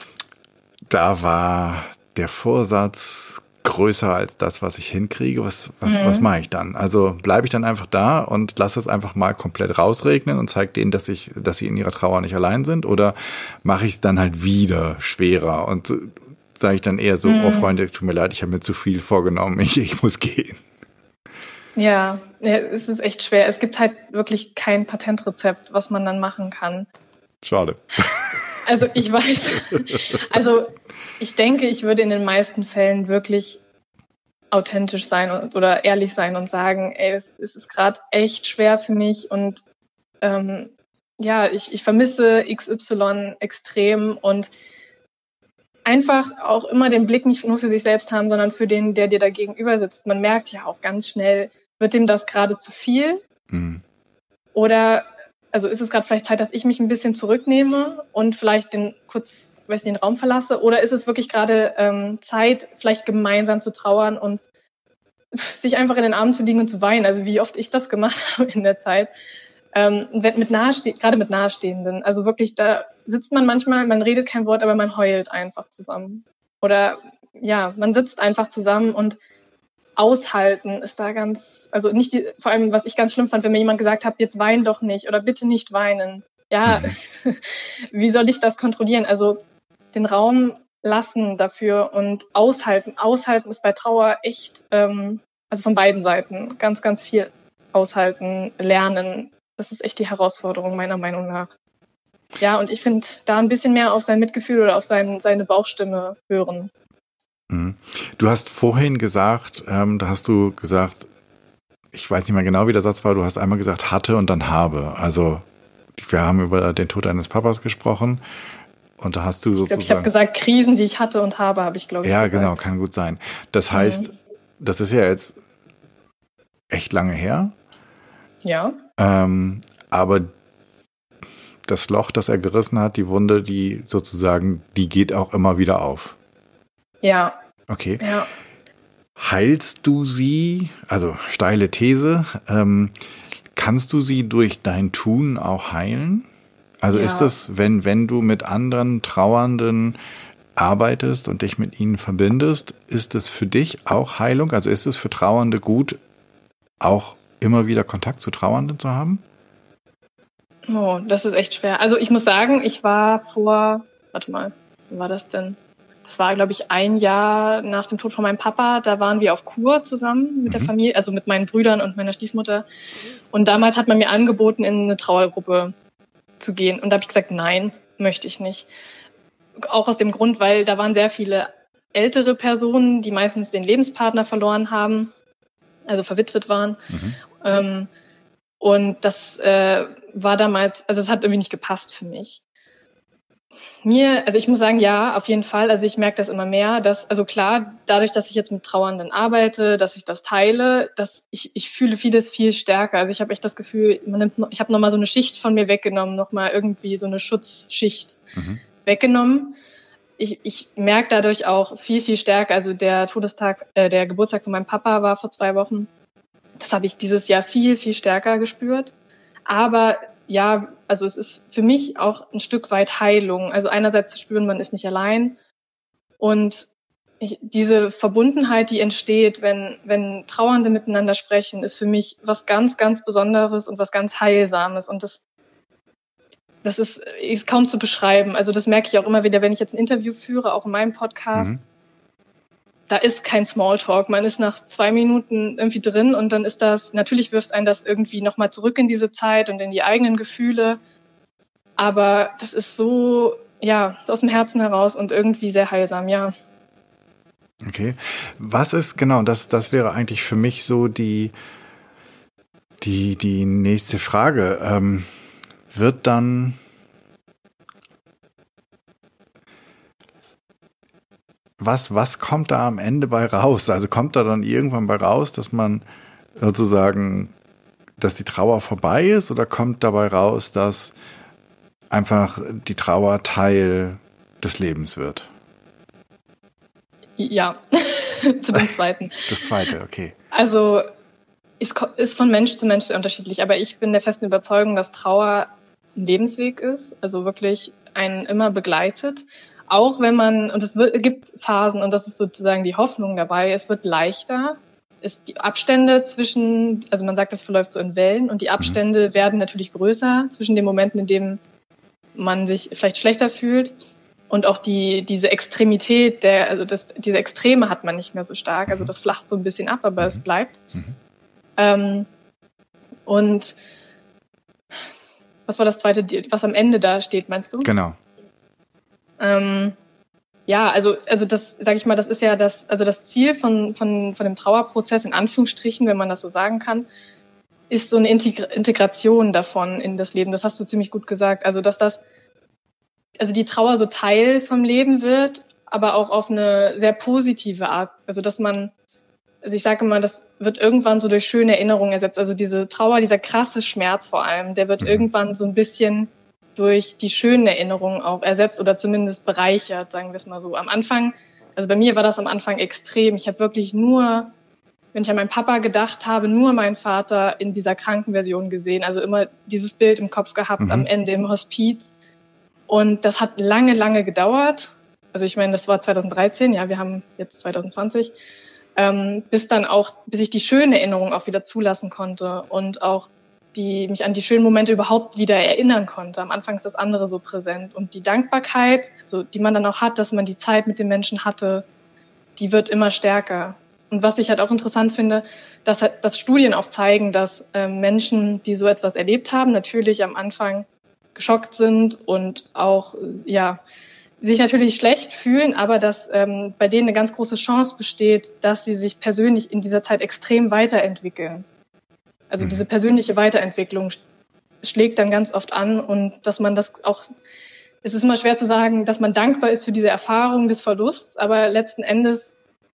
da war der Vorsatz größer als das, was ich hinkriege. Was, was, mhm. was mache ich dann? Also bleibe ich dann einfach da und lasse es einfach mal komplett rausregnen und zeige denen, dass ich, dass sie in ihrer Trauer nicht allein sind? Oder mache ich es dann halt wieder schwerer und sage ich dann eher so, mhm. oh Freunde, tut mir leid, ich habe mir zu viel vorgenommen, ich, ich muss gehen. Ja, ja, es ist echt schwer. Es gibt halt wirklich kein Patentrezept, was man dann machen kann. Schade. Also ich weiß, also ich denke, ich würde in den meisten Fällen wirklich authentisch sein und, oder ehrlich sein und sagen, ey, es, es ist gerade echt schwer für mich und ähm, ja, ich, ich vermisse X Y extrem und einfach auch immer den Blick nicht nur für sich selbst haben, sondern für den, der dir da gegenüber sitzt. Man merkt ja auch ganz schnell, wird dem das gerade zu viel? Mhm. Oder also ist es gerade vielleicht Zeit, dass ich mich ein bisschen zurücknehme und vielleicht den kurz, weiß nicht, den Raum verlasse? Oder ist es wirklich gerade ähm, Zeit, vielleicht gemeinsam zu trauern und sich einfach in den Armen zu liegen und zu weinen? Also wie oft ich das gemacht habe in der Zeit. Ähm, mit Naheste- gerade mit Nahestehenden. Also wirklich, da sitzt man manchmal, man redet kein Wort, aber man heult einfach zusammen. Oder ja, man sitzt einfach zusammen und aushalten ist da ganz, also nicht die, vor allem, was ich ganz schlimm fand, wenn mir jemand gesagt hat, jetzt wein doch nicht oder bitte nicht weinen. Ja, mhm. Wie soll ich das kontrollieren? Also den Raum lassen dafür und aushalten. Aushalten ist bei Trauer echt, ähm, also von beiden Seiten, ganz, ganz viel aushalten, lernen. Das ist echt die Herausforderung meiner Meinung nach. Ja, und ich finde, da ein bisschen mehr auf sein Mitgefühl oder auf sein, seine Bauchstimme hören. Du hast vorhin gesagt, ähm, da hast du gesagt, ich weiß nicht mehr genau, wie der Satz war, du hast einmal gesagt, hatte und dann habe. Also wir haben über den Tod eines Papas gesprochen und da hast du sozusagen... Ich glaube, ich habe gesagt, Krisen, die ich hatte und habe, habe ich, glaube ich, Ja, gesagt. Genau, kann gut sein. Das heißt, mhm. das ist ja jetzt echt lange her. Ja. Ähm, aber das Loch, das er gerissen hat, die Wunde, die sozusagen, die geht auch immer wieder auf. Ja. Okay. Ja. Heilst du sie, also steile These, ähm, kannst du sie durch dein Tun auch heilen? Also ja. Ist es, wenn, wenn du mit anderen Trauernden arbeitest und dich mit ihnen verbindest, ist es für dich auch Heilung? Also ist es für Trauernde gut, auch immer wieder Kontakt zu Trauernden zu haben? Oh, das ist echt schwer. Also ich muss sagen, ich war vor, warte mal, wann war das denn? Das war, glaube ich, ein Jahr nach dem Tod von meinem Papa. Da waren wir auf Kur zusammen mit der Mhm. Familie, also mit meinen Brüdern und meiner Stiefmutter. Und damals hat man mir angeboten, in eine Trauergruppe zu gehen. Und da habe ich gesagt, nein, möchte ich nicht. Auch aus dem Grund, weil da waren sehr viele ältere Personen, die meistens den Lebenspartner verloren haben, also verwitwet waren. Mhm. Ähm, und das äh, war damals, also es hat irgendwie nicht gepasst für mich. Mir, also ich muss sagen, ja, auf jeden Fall. Also ich merke das immer mehr, dass, also klar, dadurch, dass ich jetzt mit Trauernden arbeite, dass ich das teile, dass ich, ich fühle vieles viel stärker. Also ich habe echt das Gefühl, man nimmt, ich habe nochmal so eine Schicht von mir weggenommen, nochmal irgendwie so eine Schutzschicht Mhm. weggenommen. Ich, ich merke dadurch auch viel, viel stärker. Also der Todestag, äh, der Geburtstag von meinem Papa war vor zwei Wochen. Das habe ich dieses Jahr viel, viel stärker gespürt. Aber ja, also es ist für mich auch ein Stück weit Heilung. Also einerseits zu spüren, man ist nicht allein. Und ich, diese Verbundenheit, die entsteht, wenn, wenn Trauernde miteinander sprechen, ist für mich was ganz, ganz Besonderes und was ganz Heilsames. Und das, das ist, ist kaum zu beschreiben. Also das merke ich auch immer wieder, wenn ich jetzt ein Interview führe, auch in meinem Podcast. Mhm. Da ist kein Smalltalk. Man ist nach zwei Minuten irgendwie drin und dann ist das, natürlich wirft einen das irgendwie nochmal zurück in diese Zeit und in die eigenen Gefühle. Aber das ist so, ja, aus dem Herzen heraus und irgendwie sehr heilsam, ja. Okay. Was ist, genau, das, das wäre eigentlich für mich so die, die, die nächste Frage. Ähm, wird dann Was, was kommt da am Ende bei raus? Also kommt da dann irgendwann bei raus, dass man sozusagen, dass die Trauer vorbei ist, oder kommt dabei raus, dass einfach die Trauer Teil des Lebens wird? Ja, zu dem Zweiten. Das Zweite, okay. Also es ist von Mensch zu Mensch sehr unterschiedlich, aber ich bin der festen Überzeugung, dass Trauer ein Lebensweg ist, also wirklich einen immer begleitet. Auch wenn man, und es wird, gibt Phasen, und das ist sozusagen die Hoffnung dabei, es wird leichter. Es, die Abstände zwischen, also man sagt, das verläuft so in Wellen, und die Abstände mhm. werden natürlich größer zwischen den Momenten, in denen man sich vielleicht schlechter fühlt. Und auch die, diese Extremität, der, also das, diese Extreme hat man nicht mehr so stark. Also das flacht so ein bisschen ab, aber mhm. es bleibt. Mhm. Ähm, und was war das zweite, was am Ende da steht, meinst du? Genau. Ähm, ja, also, also das, sage ich mal, das ist ja das, also das Ziel von, von, von dem Trauerprozess, in Anführungsstrichen, wenn man das so sagen kann, ist so eine Integra- Integration davon in das Leben. Das hast du ziemlich gut gesagt. Also, dass das, also die Trauer so Teil vom Leben wird, aber auch auf eine sehr positive Art. Also, dass man, also ich sage mal, das wird irgendwann so durch schöne Erinnerungen ersetzt. Also diese Trauer, dieser krasse Schmerz vor allem, der wird mhm. irgendwann so ein bisschen durch die schönen Erinnerungen auch ersetzt oder zumindest bereichert, sagen wir es mal so. Am Anfang, also bei mir war das am Anfang extrem. Ich habe wirklich nur, wenn ich an meinen Papa gedacht habe, nur meinen Vater in dieser Krankenversion gesehen. Also immer dieses Bild im Kopf gehabt mhm. am Ende im Hospiz. Und das hat lange, lange gedauert. Also ich meine, das war zwanzig dreizehn, ja, wir haben jetzt zwanzig zwanzig. Ähm, bis dann auch, bis ich die schönen Erinnerungen auch wieder zulassen konnte und auch die mich an die schönen Momente überhaupt wieder erinnern konnte. Am Anfang ist das andere so präsent. Und die Dankbarkeit, also die man dann auch hat, dass man die Zeit mit den Menschen hatte, die wird immer stärker. Und was ich halt auch interessant finde, dass, halt, dass Studien auch zeigen, dass äh, Menschen, die so etwas erlebt haben, natürlich am Anfang geschockt sind und auch, ja, sich natürlich schlecht fühlen, aber dass ähm, bei denen eine ganz große Chance besteht, dass sie sich persönlich in dieser Zeit extrem weiterentwickeln. Also diese persönliche Weiterentwicklung schlägt dann ganz oft an, und dass man das auch, es ist immer schwer zu sagen, dass man dankbar ist für diese Erfahrung des Verlusts, aber letzten Endes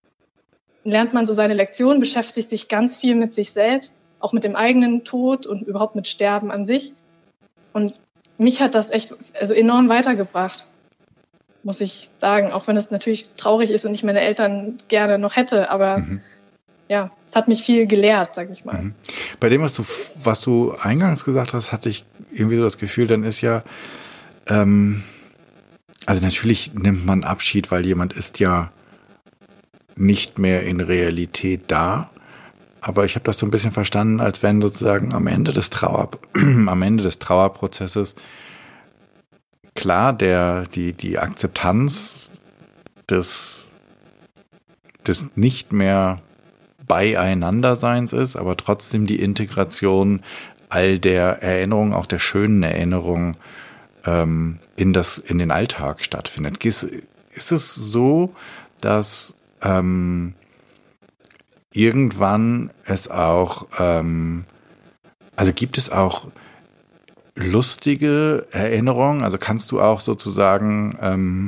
lernt man so seine Lektion, beschäftigt sich ganz viel mit sich selbst, auch mit dem eigenen Tod und überhaupt mit Sterben an sich. Und mich hat das echt also enorm weitergebracht, muss ich sagen, auch wenn es natürlich traurig ist und ich meine Eltern gerne noch hätte, aber mhm. ja, es hat mich viel gelehrt, sag ich mal. Mhm. Bei dem, was du, was du eingangs gesagt hast, hatte ich irgendwie so das Gefühl, dann ist ja, ähm, also natürlich nimmt man Abschied, weil jemand ist ja nicht mehr in Realität da, aber ich habe das so ein bisschen verstanden, als wenn sozusagen am Ende des Trauer, am Ende des Trauerprozesses klar der, die, die Akzeptanz des, des nicht mehr Beieinanderseins ist, aber trotzdem die Integration all der Erinnerungen, auch der schönen Erinnerungen ähm, in das, in den Alltag stattfindet. Ist, ist es so, dass ähm, irgendwann es auch, ähm, also gibt es auch lustige Erinnerungen? Also kannst du auch sozusagen ähm,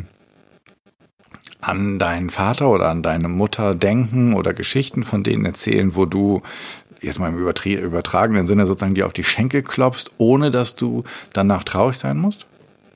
an deinen Vater oder an deine Mutter denken oder Geschichten von denen erzählen, wo du jetzt mal im übertra- übertragenen Sinne sozusagen dir auf die Schenkel klopfst, ohne dass du danach traurig sein musst?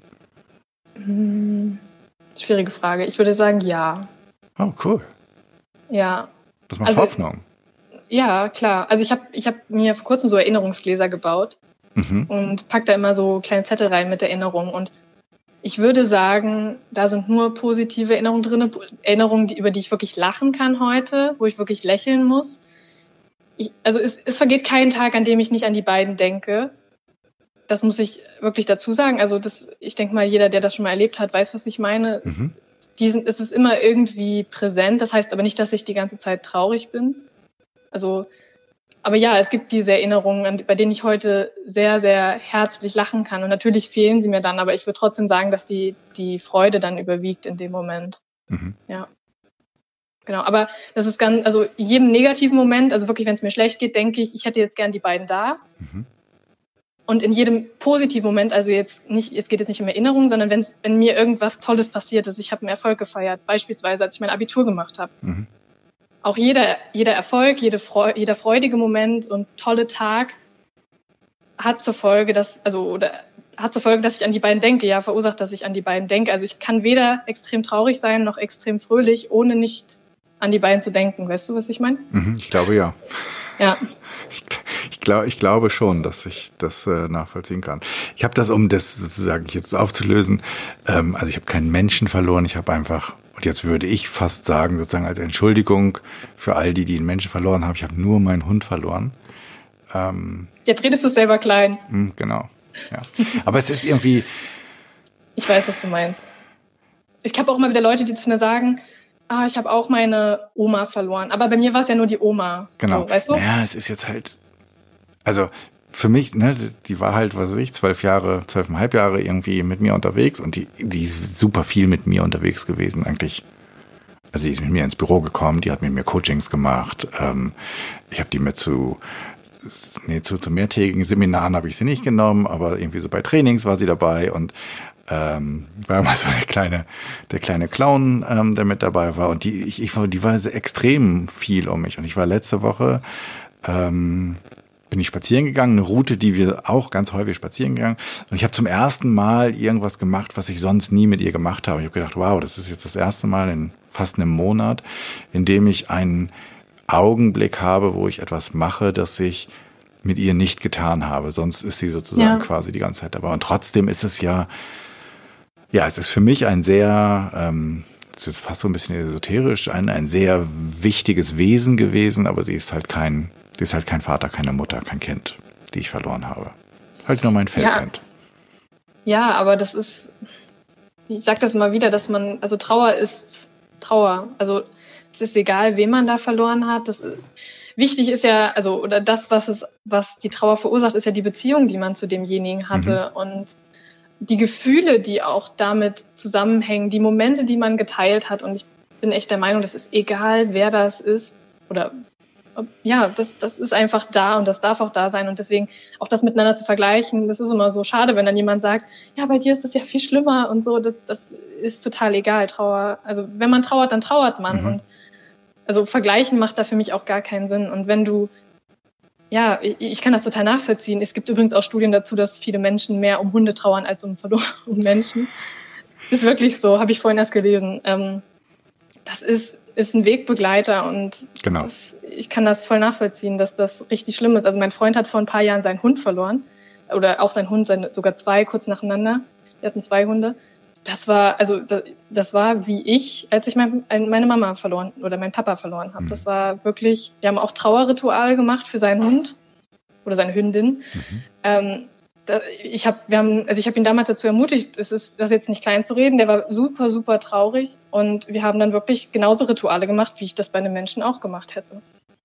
Hm, schwierige Frage. Ich würde sagen, ja. Oh, cool. Ja. Das macht also, Hoffnung. Ja, klar. Also ich habe ich hab mir vor kurzem so Erinnerungsgläser gebaut mhm. und pack da immer so kleine Zettel rein mit Erinnerungen. Und ich würde sagen, da sind nur positive Erinnerungen drin, Erinnerungen, die, über die ich wirklich lachen kann heute, wo ich wirklich lächeln muss. Ich, also es, es vergeht kein Tag, an dem ich nicht an die beiden denke. Das muss ich wirklich dazu sagen. Also das, ich denke mal, jeder, der das schon mal erlebt hat, weiß, was ich meine. Mhm. Die sind, es ist immer irgendwie präsent. Das heißt aber nicht, dass ich die ganze Zeit traurig bin. Also, aber ja, es gibt diese Erinnerungen, bei denen ich heute sehr, sehr herzlich lachen kann. Und natürlich fehlen sie mir dann, aber ich würde trotzdem sagen, dass die, die Freude dann überwiegt in dem Moment. Mhm. Ja. Genau, aber das ist ganz, also jedem negativen Moment, also wirklich, wenn es mir schlecht geht, denke ich, ich hätte jetzt gern die beiden da. Mhm. Und in jedem positiven Moment, also jetzt nicht, es geht jetzt nicht um Erinnerungen, sondern wenn, wenn mir irgendwas Tolles passiert ist, ich habe einen Erfolg gefeiert, beispielsweise als ich mein Abitur gemacht habe. Mhm. Auch jeder, jeder Erfolg, jede Freu- jeder freudige Moment und tolle Tag hat zur Folge, dass, also, oder hat zur Folge, dass ich an die beiden denke, ja, verursacht, dass ich an die beiden denke. Also ich kann weder extrem traurig sein, noch extrem fröhlich, ohne nicht an die beiden zu denken. Weißt du, was ich meine? Mhm, ich glaube, ja. Ja. Ich, ich, glaub, ich glaube schon, dass ich das äh, nachvollziehen kann. Ich habe das, um das sozusagen jetzt aufzulösen, ähm, also ich habe keinen Menschen verloren, ich habe einfach, und jetzt würde ich fast sagen, sozusagen als Entschuldigung für all die, die einen Menschen verloren haben, ich habe nur meinen Hund verloren. Ähm, jetzt redest du selber klein. Mh, genau, ja. Aber es ist irgendwie... Ich weiß, was du meinst. Ich habe auch immer wieder Leute, die zu mir sagen, ah, ich habe auch meine Oma verloren. Aber bei mir war es ja nur die Oma. Genau. So, weißt du? Ja, es ist jetzt halt, also für mich, ne, die war halt, was weiß ich, zwölf Jahre, zwölfeinhalb Jahre irgendwie mit mir unterwegs und die, die ist super viel mit mir unterwegs gewesen eigentlich. Also die ist mit mir ins Büro gekommen, die hat mit mir Coachings gemacht. Ähm, ich habe die mit zu, nee, zu, zu mehrtägigen Seminaren habe ich sie nicht genommen, aber irgendwie so bei Trainings war sie dabei und Ähm, war immer so der kleine, der kleine Clown, ähm, der mit dabei war. Und die, ich, ich war, die war extrem viel um mich. Und ich war letzte Woche, ähm, bin ich spazieren gegangen, eine Route, die wir auch ganz häufig spazieren gegangen. Und ich habe zum ersten Mal irgendwas gemacht, was ich sonst nie mit ihr gemacht habe. Ich habe gedacht, wow, das ist jetzt das erste Mal in fast einem Monat, in dem ich einen Augenblick habe, wo ich etwas mache, das ich mit ihr nicht getan habe. Sonst ist sie sozusagen ja. quasi die ganze Zeit dabei. Und trotzdem ist es ja, Ja, es ist für mich ein sehr, ähm, das ist fast so ein bisschen esoterisch, ein, ein sehr wichtiges Wesen gewesen, aber sie ist halt kein, sie ist halt kein Vater, keine Mutter, kein Kind, die ich verloren habe. Halt nur mein Feldkind. Ja. ja, aber das ist, ich sag das mal wieder, dass man, also Trauer ist Trauer. Also es ist egal, wen man da verloren hat. Das ist, wichtig ist ja, also, oder das, was es, was die Trauer verursacht, ist ja die Beziehung, die man zu demjenigen hatte. Mhm. Und die Gefühle, die auch damit zusammenhängen, die Momente, die man geteilt hat. Und ich bin echt der Meinung, das ist egal, wer das ist. Oder ja, das, das ist einfach da und das darf auch da sein. Und deswegen auch das miteinander zu vergleichen, das ist immer so schade, wenn dann jemand sagt, ja, bei dir ist das ja viel schlimmer und so. Das, das ist total egal, Trauer. Also wenn man trauert, dann trauert man. Mhm. Und also vergleichen macht da für mich auch gar keinen Sinn. Und wenn du Ja, ich kann das total nachvollziehen. Es gibt übrigens auch Studien dazu, dass viele Menschen mehr um Hunde trauern als um, um Menschen. Ist wirklich so, habe ich vorhin erst gelesen. Ähm, das ist, ist ein Wegbegleiter und genau. das, ich kann das voll nachvollziehen, dass das richtig schlimm ist. Also mein Freund hat vor ein paar Jahren seinen Hund verloren oder auch sein Hund, seine, sogar zwei kurz nacheinander. Die hatten zwei Hunde Das war, also das, das war wie ich, als ich mein, meine Mama verloren oder meinen Papa verloren habe. Mhm. Das war wirklich, wir haben auch Trauerritual gemacht für seinen Hund oder seine Hündin. Mhm. Ähm, da, ich habe, wir haben, also ich habe ihn damals dazu ermutigt, das ist, das jetzt nicht klein zu reden. Der war super, super traurig und wir haben dann wirklich genauso Rituale gemacht, wie ich das bei einem Menschen auch gemacht hätte.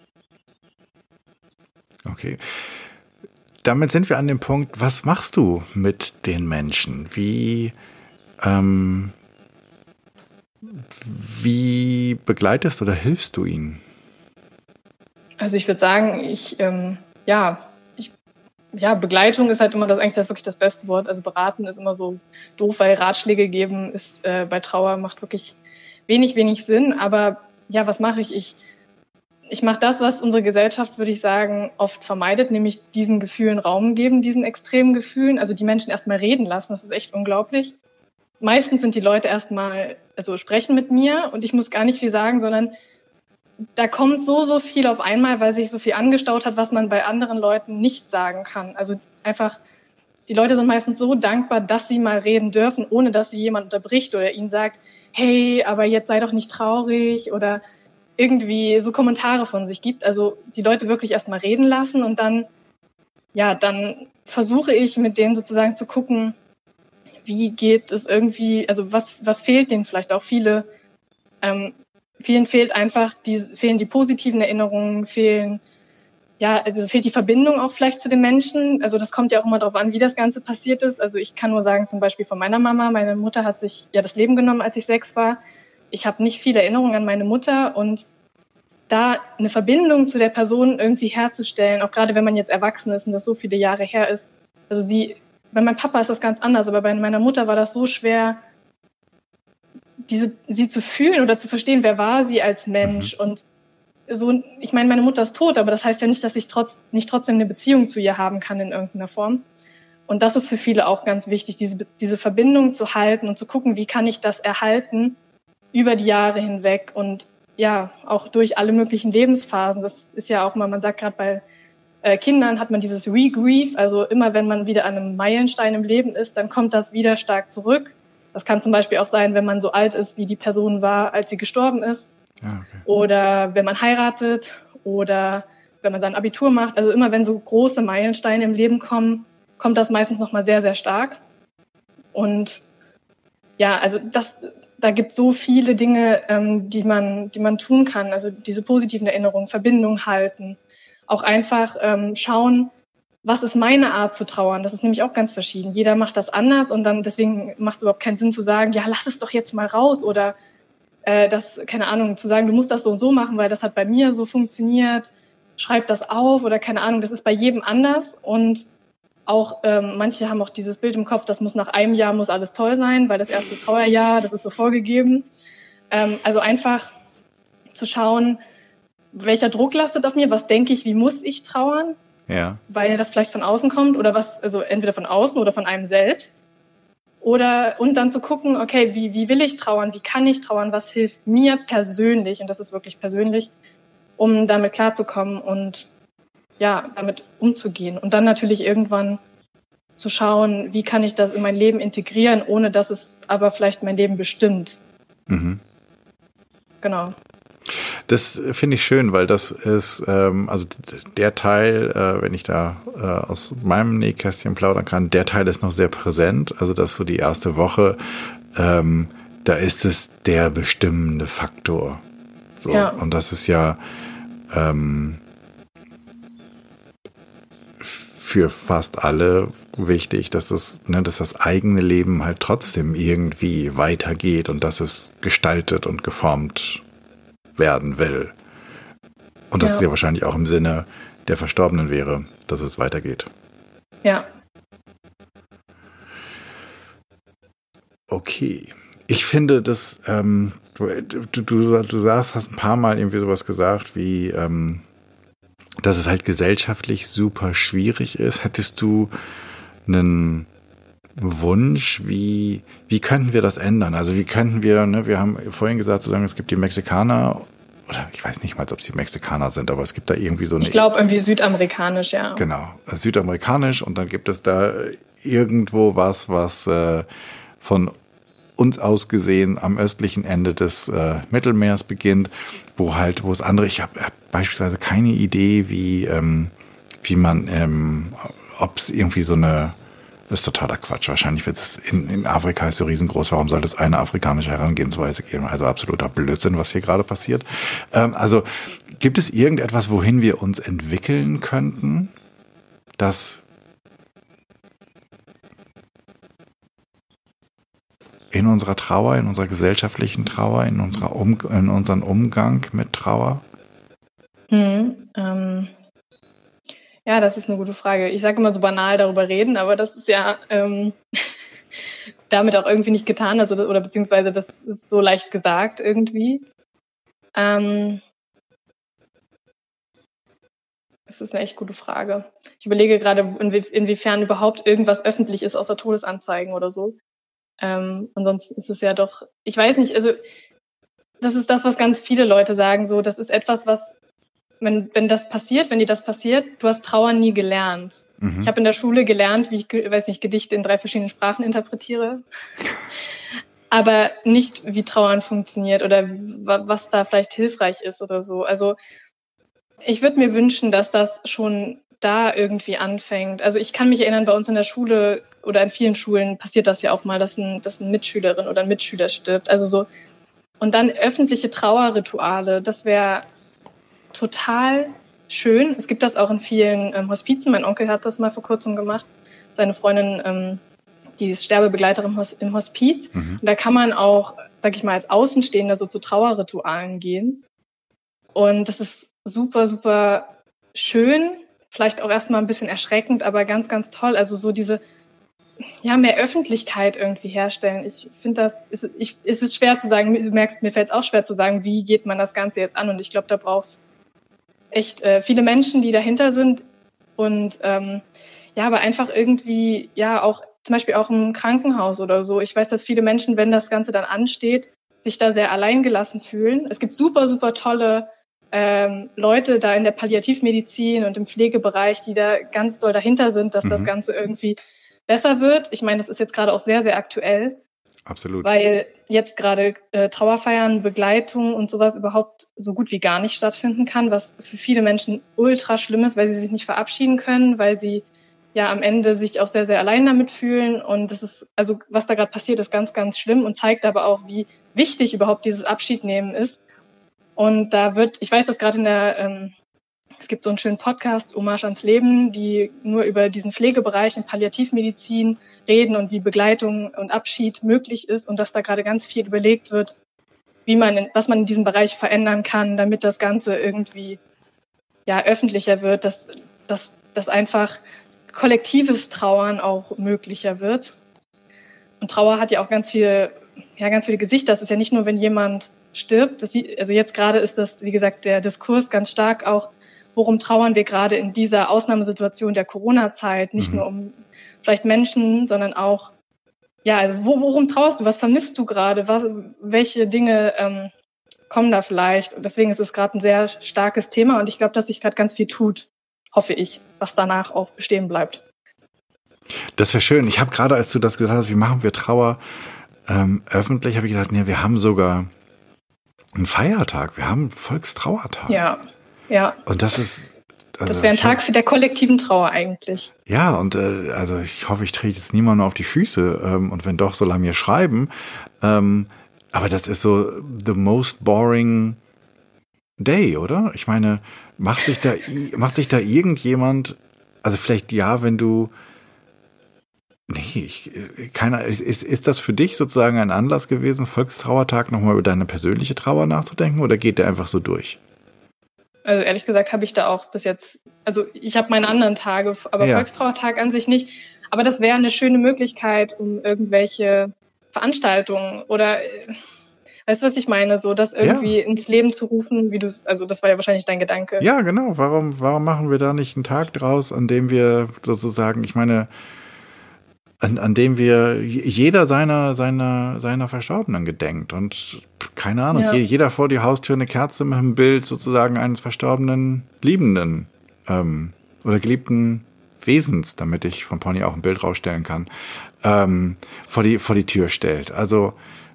Okay. Damit sind wir an dem Punkt, was machst du mit den Menschen? Wie Ähm, wie begleitest oder hilfst du ihnen? Also ich würde sagen, ich, ähm, ja, ich, ja, Begleitung ist halt immer das eigentlich das wirklich das beste Wort. Also beraten ist immer so doof, weil Ratschläge geben ist äh, bei Trauer macht wirklich wenig, wenig Sinn. Aber ja, was mache ich? Ich, ich mache das, was unsere Gesellschaft, würde ich sagen, oft vermeidet, nämlich diesen Gefühlen Raum geben, diesen extremen Gefühlen. Also die Menschen erstmal reden lassen, das ist echt unglaublich. Meistens sind die Leute erstmal, also sprechen mit mir und ich muss gar nicht viel sagen, sondern da kommt so, so viel auf einmal, weil sich so viel angestaut hat, was man bei anderen Leuten nicht sagen kann. Also einfach, die Leute sind meistens so dankbar, dass sie mal reden dürfen, ohne dass sie jemand unterbricht oder ihnen sagt, hey, aber jetzt sei doch nicht traurig oder irgendwie so Kommentare von sich gibt. Also die Leute wirklich erstmal reden lassen und dann, ja, dann versuche ich mit denen sozusagen zu gucken, wie geht es irgendwie, also was, was fehlt denen vielleicht auch viele, ähm, vielen fehlt einfach, die, fehlen die positiven Erinnerungen, fehlen, ja, also fehlt die Verbindung auch vielleicht zu den Menschen. Also das kommt ja auch immer darauf an, wie das Ganze passiert ist. Also ich kann nur sagen, zum Beispiel von meiner Mama, meine Mutter hat sich ja das Leben genommen, als ich sechs war. Ich habe nicht viele Erinnerungen an meine Mutter und da eine Verbindung zu der Person irgendwie herzustellen, auch gerade wenn man jetzt erwachsen ist und das so viele Jahre her ist. Also sie, bei meinem Papa ist das ganz anders, aber bei meiner Mutter war das so schwer, diese, sie zu fühlen oder zu verstehen, wer war sie als Mensch. Und so, ich meine, meine Mutter ist tot, aber das heißt ja nicht, dass ich trotz, nicht trotzdem eine Beziehung zu ihr haben kann in irgendeiner Form. Und das ist für viele auch ganz wichtig, diese, diese Verbindung zu halten und zu gucken, wie kann ich das erhalten über die Jahre hinweg und ja, auch durch alle möglichen Lebensphasen. Das ist ja auch immer, man sagt gerade bei äh, Kindern hat man dieses Regrief, also immer wenn man wieder an einem Meilenstein im Leben ist, dann kommt das wieder stark zurück. Das kann zum Beispiel auch sein, wenn man so alt ist, wie die Person war, als sie gestorben ist. Ja, okay. Oder wenn man heiratet oder wenn man sein Abitur macht. Also immer wenn so große Meilensteine im Leben kommen, kommt das meistens nochmal sehr, sehr stark. Und ja, also das, da gibt es so viele Dinge, ähm, die man, die man tun kann. Also diese positiven Erinnerungen, Verbindung halten, auch einfach ähm, schauen, was ist meine Art zu trauern? Das ist nämlich auch ganz verschieden. Jeder macht das anders und dann deswegen macht es überhaupt keinen Sinn zu sagen, ja, lass es doch jetzt mal raus oder äh, das, keine Ahnung, zu sagen, du musst das so und so machen, weil das hat bei mir so funktioniert. Schreib das auf oder keine Ahnung, das ist bei jedem anders und auch ähm, manche haben auch dieses Bild im Kopf, das muss nach einem Jahr muss alles toll sein, weil das erste Trauerjahr, das ist so vorgegeben. Ähm, also einfach zu schauen, welcher Druck lastet auf mir, was denke ich, wie muss ich trauern? Ja. Weil das vielleicht von außen kommt oder was, also entweder von außen oder von einem selbst. Oder, und dann zu gucken, okay, wie, wie will ich trauern? Wie kann ich trauern? Was hilft mir persönlich? Und das ist wirklich persönlich, um damit klarzukommen und, ja, damit umzugehen. Und dann natürlich irgendwann zu schauen, wie kann ich das in mein Leben integrieren, ohne dass es aber vielleicht mein Leben bestimmt. Mhm. Genau. Das finde ich schön, weil das ist, ähm, also der Teil, äh, wenn ich da äh, aus meinem Nähkästchen plaudern kann, der Teil ist noch sehr präsent. Also das ist so die erste Woche, ähm, da ist es der bestimmende Faktor. So. Ja. Und das ist ja ähm, für fast alle wichtig, dass es, ne, dass das eigene Leben halt trotzdem irgendwie weitergeht und dass es gestaltet und geformt werden will. Und das ja. ist ja wahrscheinlich auch im Sinne der Verstorbenen wäre, dass es weitergeht. Ja. Okay. Ich finde, dass ähm, du, du, du sagst, hast ein paar Mal irgendwie sowas gesagt, wie ähm, dass es halt gesellschaftlich super schwierig ist. Hättest du einen Wunsch, wie, wie könnten wir das ändern? Also wie könnten wir, ne, wir haben vorhin gesagt, sozusagen, es gibt die Mexikaner, oder ich weiß nicht mal, ob sie Mexikaner sind, aber es gibt da irgendwie so eine... Ich glaube irgendwie südamerikanisch, ja. Genau, südamerikanisch und dann gibt es da irgendwo was, was äh, von uns aus gesehen am östlichen Ende des äh, Mittelmeers beginnt, wo halt, wo es andere, ich habe hab beispielsweise keine Idee, wie, ähm, wie man, ähm, ob es irgendwie so eine, das ist totaler Quatsch. Wahrscheinlich wird es in, in Afrika ist so riesengroß. Warum sollte es eine afrikanische Herangehensweise geben? Also absoluter Blödsinn, was hier gerade passiert. Ähm, also gibt es irgendetwas, wohin wir uns entwickeln könnten, das in unserer Trauer, in unserer gesellschaftlichen Trauer, in unserer um, in unserem Umgang mit Trauer? Hm, ähm, ja, das ist eine gute Frage. Ich sage immer so banal darüber reden, aber das ist ja ähm, damit auch irgendwie nicht getan, also oder beziehungsweise das ist so leicht gesagt irgendwie. Ähm, das ist eine echt gute Frage. Ich überlege gerade, inwie- inwiefern überhaupt irgendwas öffentlich ist, außer Todesanzeigen oder so. Ähm, ansonsten ist es ja doch, ich weiß nicht, also das ist das, was ganz viele Leute sagen, so, das ist etwas, was, wenn, wenn das passiert, wenn dir das passiert, du hast Trauer nie gelernt. Mhm. Ich habe in der Schule gelernt, wie ich, weiß nicht, Gedichte in drei verschiedenen Sprachen interpretiere, aber nicht, wie Trauern funktioniert oder was da vielleicht hilfreich ist oder so. Also ich würde mir wünschen, dass das schon da irgendwie anfängt. Also ich kann mich erinnern, bei uns in der Schule oder in vielen Schulen passiert das ja auch mal, dass, ein, dass eine Mitschülerin oder ein Mitschüler stirbt. Also so, und dann öffentliche Trauerrituale, das wäre total schön. Es gibt das auch in vielen ähm, Hospizen. Mein Onkel hat das mal vor kurzem gemacht. Seine Freundin, ähm, die ist Sterbebegleiterin im, Hos- im Hospiz. Mhm. Und da kann man auch, sag ich mal, als Außenstehender so zu Trauerritualen gehen. Und das ist super, super schön. Vielleicht auch erstmal ein bisschen erschreckend, aber ganz, ganz toll. Also so diese, ja, mehr Öffentlichkeit irgendwie herstellen. Ich finde das, ist, ich, ist es schwer zu sagen, du merkst, mir fällt es auch schwer zu sagen, wie geht man das Ganze jetzt an? Und ich glaube, da brauchst echt äh, viele Menschen, die dahinter sind. Und ähm, ja, aber einfach irgendwie, ja, auch zum Beispiel auch im Krankenhaus oder so. Ich weiß, dass viele Menschen, wenn das Ganze dann ansteht, sich da sehr alleingelassen fühlen. Es gibt super, super tolle Ähm, Leute da in der Palliativmedizin und im Pflegebereich, die da ganz doll dahinter sind, dass mhm. das Ganze irgendwie besser wird. Ich meine, das ist jetzt gerade auch sehr, sehr aktuell. Absolut. Weil jetzt gerade äh, Trauerfeiern, Begleitung und sowas überhaupt so gut wie gar nicht stattfinden kann, was für viele Menschen ultra schlimm ist, weil sie sich nicht verabschieden können, weil sie ja am Ende sich auch sehr, sehr allein damit fühlen. Und das ist, also was da gerade passiert, ist ganz, ganz schlimm und zeigt aber auch, wie wichtig überhaupt dieses Abschiednehmen ist. Und da wird, ich weiß, dass gerade in der, ähm, es gibt so einen schönen Podcast, Hommage ans Leben, die nur über diesen Pflegebereich in Palliativmedizin reden und wie Begleitung und Abschied möglich ist und dass da gerade ganz viel überlegt wird, wie man, in, was man in diesem Bereich verändern kann, damit das Ganze irgendwie ja öffentlicher wird, dass, dass, dass einfach kollektives Trauern auch möglicher wird. Und Trauer hat ja auch ganz viele, ja, ganz viele Gesichter. Das ist ja nicht nur, wenn jemand stirbt. Das, also jetzt gerade ist das, wie gesagt, der Diskurs ganz stark auch, worum trauern wir gerade in dieser Ausnahmesituation der Corona-Zeit, nicht mhm. nur um vielleicht Menschen, sondern auch, ja, also wo, worum trauerst du, was vermisst du gerade, was, welche Dinge ähm, kommen da vielleicht? Und deswegen ist es gerade ein sehr starkes Thema und ich glaube, dass sich gerade ganz viel tut, hoffe ich, was danach auch bestehen bleibt. Das wäre schön. Ich habe gerade, als du das gesagt hast, wie machen wir Trauer ähm, öffentlich, habe ich gedacht, nee, wir haben sogar einen Feiertag, wir haben einen Volkstrauertag. Ja, ja. Und das ist... Also das wäre ein Tag für der kollektiven Trauer eigentlich. Ja, und äh, also ich hoffe, ich trete jetzt niemanden auf die Füße ähm, und wenn doch, soll er mir schreiben. Ähm, aber das ist so the most boring day, oder? Ich meine, macht sich da macht sich da irgendjemand, also vielleicht ja, wenn du Nee, ich, keiner, ist, ist das für dich sozusagen ein Anlass gewesen, Volkstrauertag nochmal über deine persönliche Trauer nachzudenken oder geht der einfach so durch? Also ehrlich gesagt habe ich da auch bis jetzt, also ich habe meine anderen Tage, aber ja. Volkstrauertag an sich nicht. Aber das wäre eine schöne Möglichkeit, um irgendwelche Veranstaltungen oder, weißt du, was ich meine, so das irgendwie ja. ins Leben zu rufen, wie du es, also das war ja wahrscheinlich dein Gedanke. Ja, genau. Warum, warum machen wir da nicht einen Tag draus, an dem wir sozusagen, ich meine, An, an dem wir jeder seiner seiner seiner Verstorbenen gedenkt und keine Ahnung, ja. jeder vor die Haustür eine Kerze mit einem Bild sozusagen eines verstorbenen Liebenden ähm, oder geliebten Wesens, damit ich vom Pony auch ein Bild rausstellen kann, ähm, vor die, vor die Tür stellt. Also,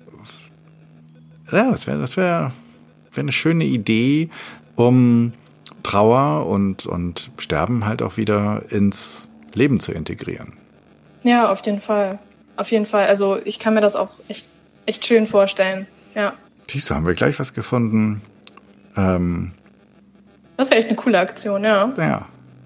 ja, das wäre, das wäre, wäre eine schöne Idee, um Trauer und, und Sterben halt auch wieder ins Leben zu integrieren. Ja, auf jeden Fall. Auf jeden Fall. Also ich kann mir das auch echt, echt schön vorstellen. Ja. Siehst du, haben wir gleich was gefunden. Ähm, das wäre echt eine coole Aktion, ja. Ja.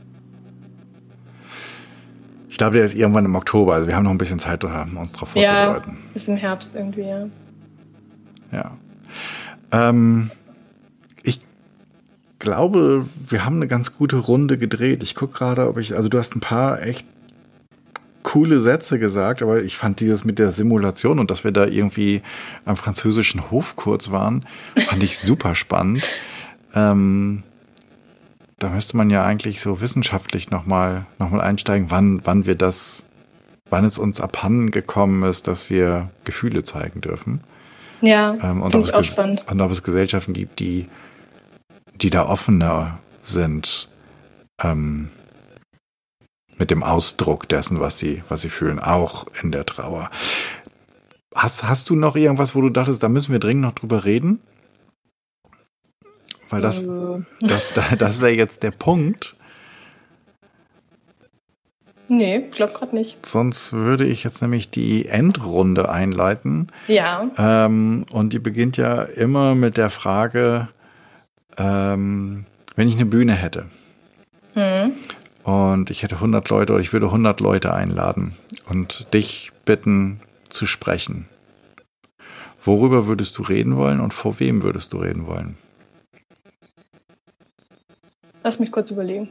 Ich glaube, der ist irgendwann im Oktober. Also wir haben noch ein bisschen Zeit, uns darauf vorzubereiten. Ja, ist im Herbst irgendwie, ja. Ja. Ähm, ich glaube, wir haben eine ganz gute Runde gedreht. Ich gucke gerade, ob ich, also du hast ein paar echt coole Sätze gesagt, aber ich fand dieses mit der Simulation und dass wir da irgendwie am französischen Hof kurz waren, fand ich super spannend. Ähm, da müsste man ja eigentlich so wissenschaftlich nochmal noch mal einsteigen, wann, wann wir das, wann es uns abhanden gekommen ist, dass wir Gefühle zeigen dürfen. Ja, ähm, und, finde ob ich auch es, spannend. und ob es Gesellschaften gibt, die, die da offener sind, ähm, mit dem Ausdruck dessen, was sie, was sie fühlen, auch in der Trauer. Hast, hast du noch irgendwas, wo du dachtest, da müssen wir dringend noch drüber reden? Weil das, Äh. das, das wäre jetzt der Punkt. Nee, ich glaube gerade nicht. Sonst würde ich jetzt nämlich die Endrunde einleiten. Ja. Ähm, und die beginnt ja immer mit der Frage, ähm, wenn ich eine Bühne hätte. Hm. Und ich hätte hundert Leute oder ich würde hundert Leute einladen und dich bitten zu sprechen. Worüber würdest du reden wollen und vor wem würdest du reden wollen? Lass mich kurz überlegen.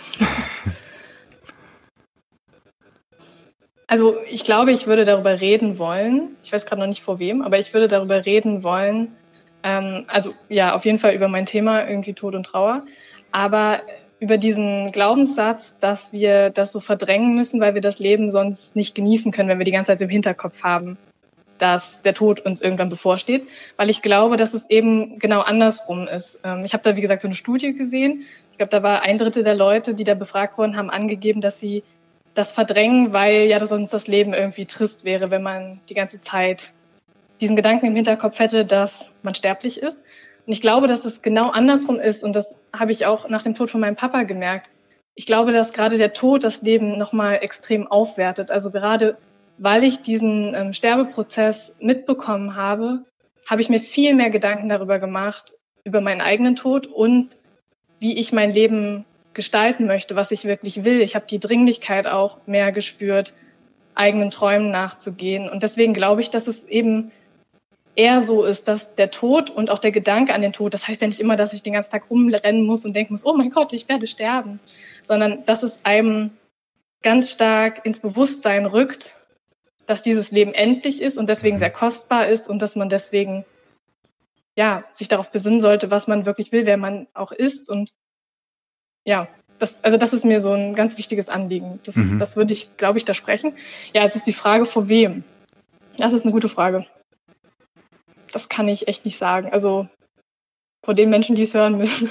Also ich glaube, ich würde darüber reden wollen, ich weiß gerade noch nicht vor wem, aber ich würde darüber reden wollen, ähm, also ja, auf jeden Fall über mein Thema, irgendwie Tod und Trauer, aber über diesen Glaubenssatz, dass wir das so verdrängen müssen, weil wir das Leben sonst nicht genießen können, wenn wir die ganze Zeit im Hinterkopf haben, dass der Tod uns irgendwann bevorsteht, weil ich glaube, dass es eben genau andersrum ist. Ich habe da, wie gesagt, so eine Studie gesehen. Ich glaube, da war ein Drittel der Leute, die da befragt wurden, haben angegeben, dass sie das verdrängen, weil ja sonst das Leben irgendwie trist wäre, wenn man die ganze Zeit diesen Gedanken im Hinterkopf hätte, dass man sterblich ist. Und ich glaube, dass das genau andersrum ist. Und das habe ich auch nach dem Tod von meinem Papa gemerkt. Ich glaube, dass gerade der Tod das Leben nochmal extrem aufwertet. Also gerade weil ich diesen ähm, Sterbeprozess mitbekommen habe, habe ich mir viel mehr Gedanken darüber gemacht, über meinen eigenen Tod und wie ich mein Leben gestalten möchte, was ich wirklich will. Ich habe die Dringlichkeit auch mehr gespürt, eigenen Träumen nachzugehen. Und deswegen glaube ich, dass es eben eher so ist, dass der Tod und auch der Gedanke an den Tod, das heißt ja nicht immer, dass ich den ganzen Tag rumrennen muss und denken muss, oh mein Gott, ich werde sterben, sondern dass es einem ganz stark ins Bewusstsein rückt, dass dieses Leben endlich ist und deswegen sehr kostbar ist und dass man deswegen ja sich darauf besinnen sollte, was man wirklich will, wer man auch ist. Und ja, das, also das ist mir so ein ganz wichtiges Anliegen. Das, mhm. das würde ich, glaube ich, da sprechen. Ja, jetzt ist die Frage, vor wem? Das ist eine gute Frage. Das kann ich echt nicht sagen. Also vor den Menschen, die es hören müssen.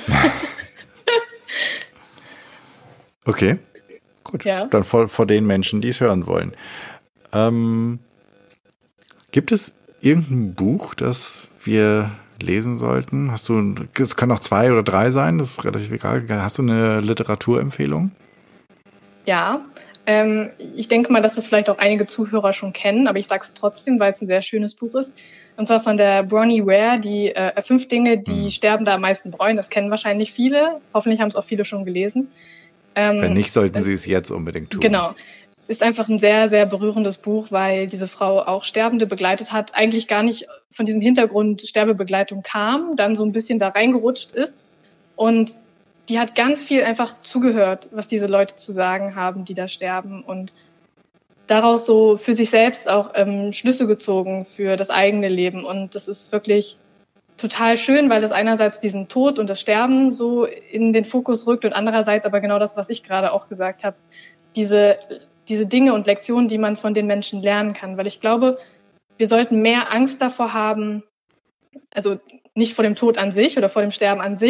Okay, gut. Ja. Dann vor, vor den Menschen, die es hören wollen. Ähm, gibt es irgendein Buch, das wir lesen sollten? Hast du, es können auch zwei oder drei sein, das ist relativ egal. Hast du eine Literaturempfehlung? Ja, ähm, ich denke mal, dass das vielleicht auch einige Zuhörer schon kennen, aber ich sage es trotzdem, weil es ein sehr schönes Buch ist. Und zwar von der Bronnie Ware, die äh, fünf Dinge, die hm. Sterbende am meisten bereuen. Das kennen wahrscheinlich viele. Hoffentlich haben es auch viele schon gelesen. Ähm, Wenn nicht, sollten Sie es jetzt unbedingt tun. Genau. Ist einfach ein sehr, sehr berührendes Buch, weil diese Frau auch Sterbende begleitet hat, eigentlich gar nicht von diesem Hintergrund Sterbebegleitung kam, dann so ein bisschen da reingerutscht ist. Und die hat ganz viel einfach zugehört, was diese Leute zu sagen haben, die da sterben. Und daraus so für sich selbst auch ähm, Schlüsse gezogen für das eigene Leben. Und das ist wirklich total schön, weil es einerseits diesen Tod und das Sterben so in den Fokus rückt und andererseits aber genau das, was ich gerade auch gesagt habe, diese diese Dinge und Lektionen, die man von den Menschen lernen kann. Weil ich glaube, wir sollten mehr Angst davor haben, also nicht vor dem Tod an sich oder vor dem Sterben an sich,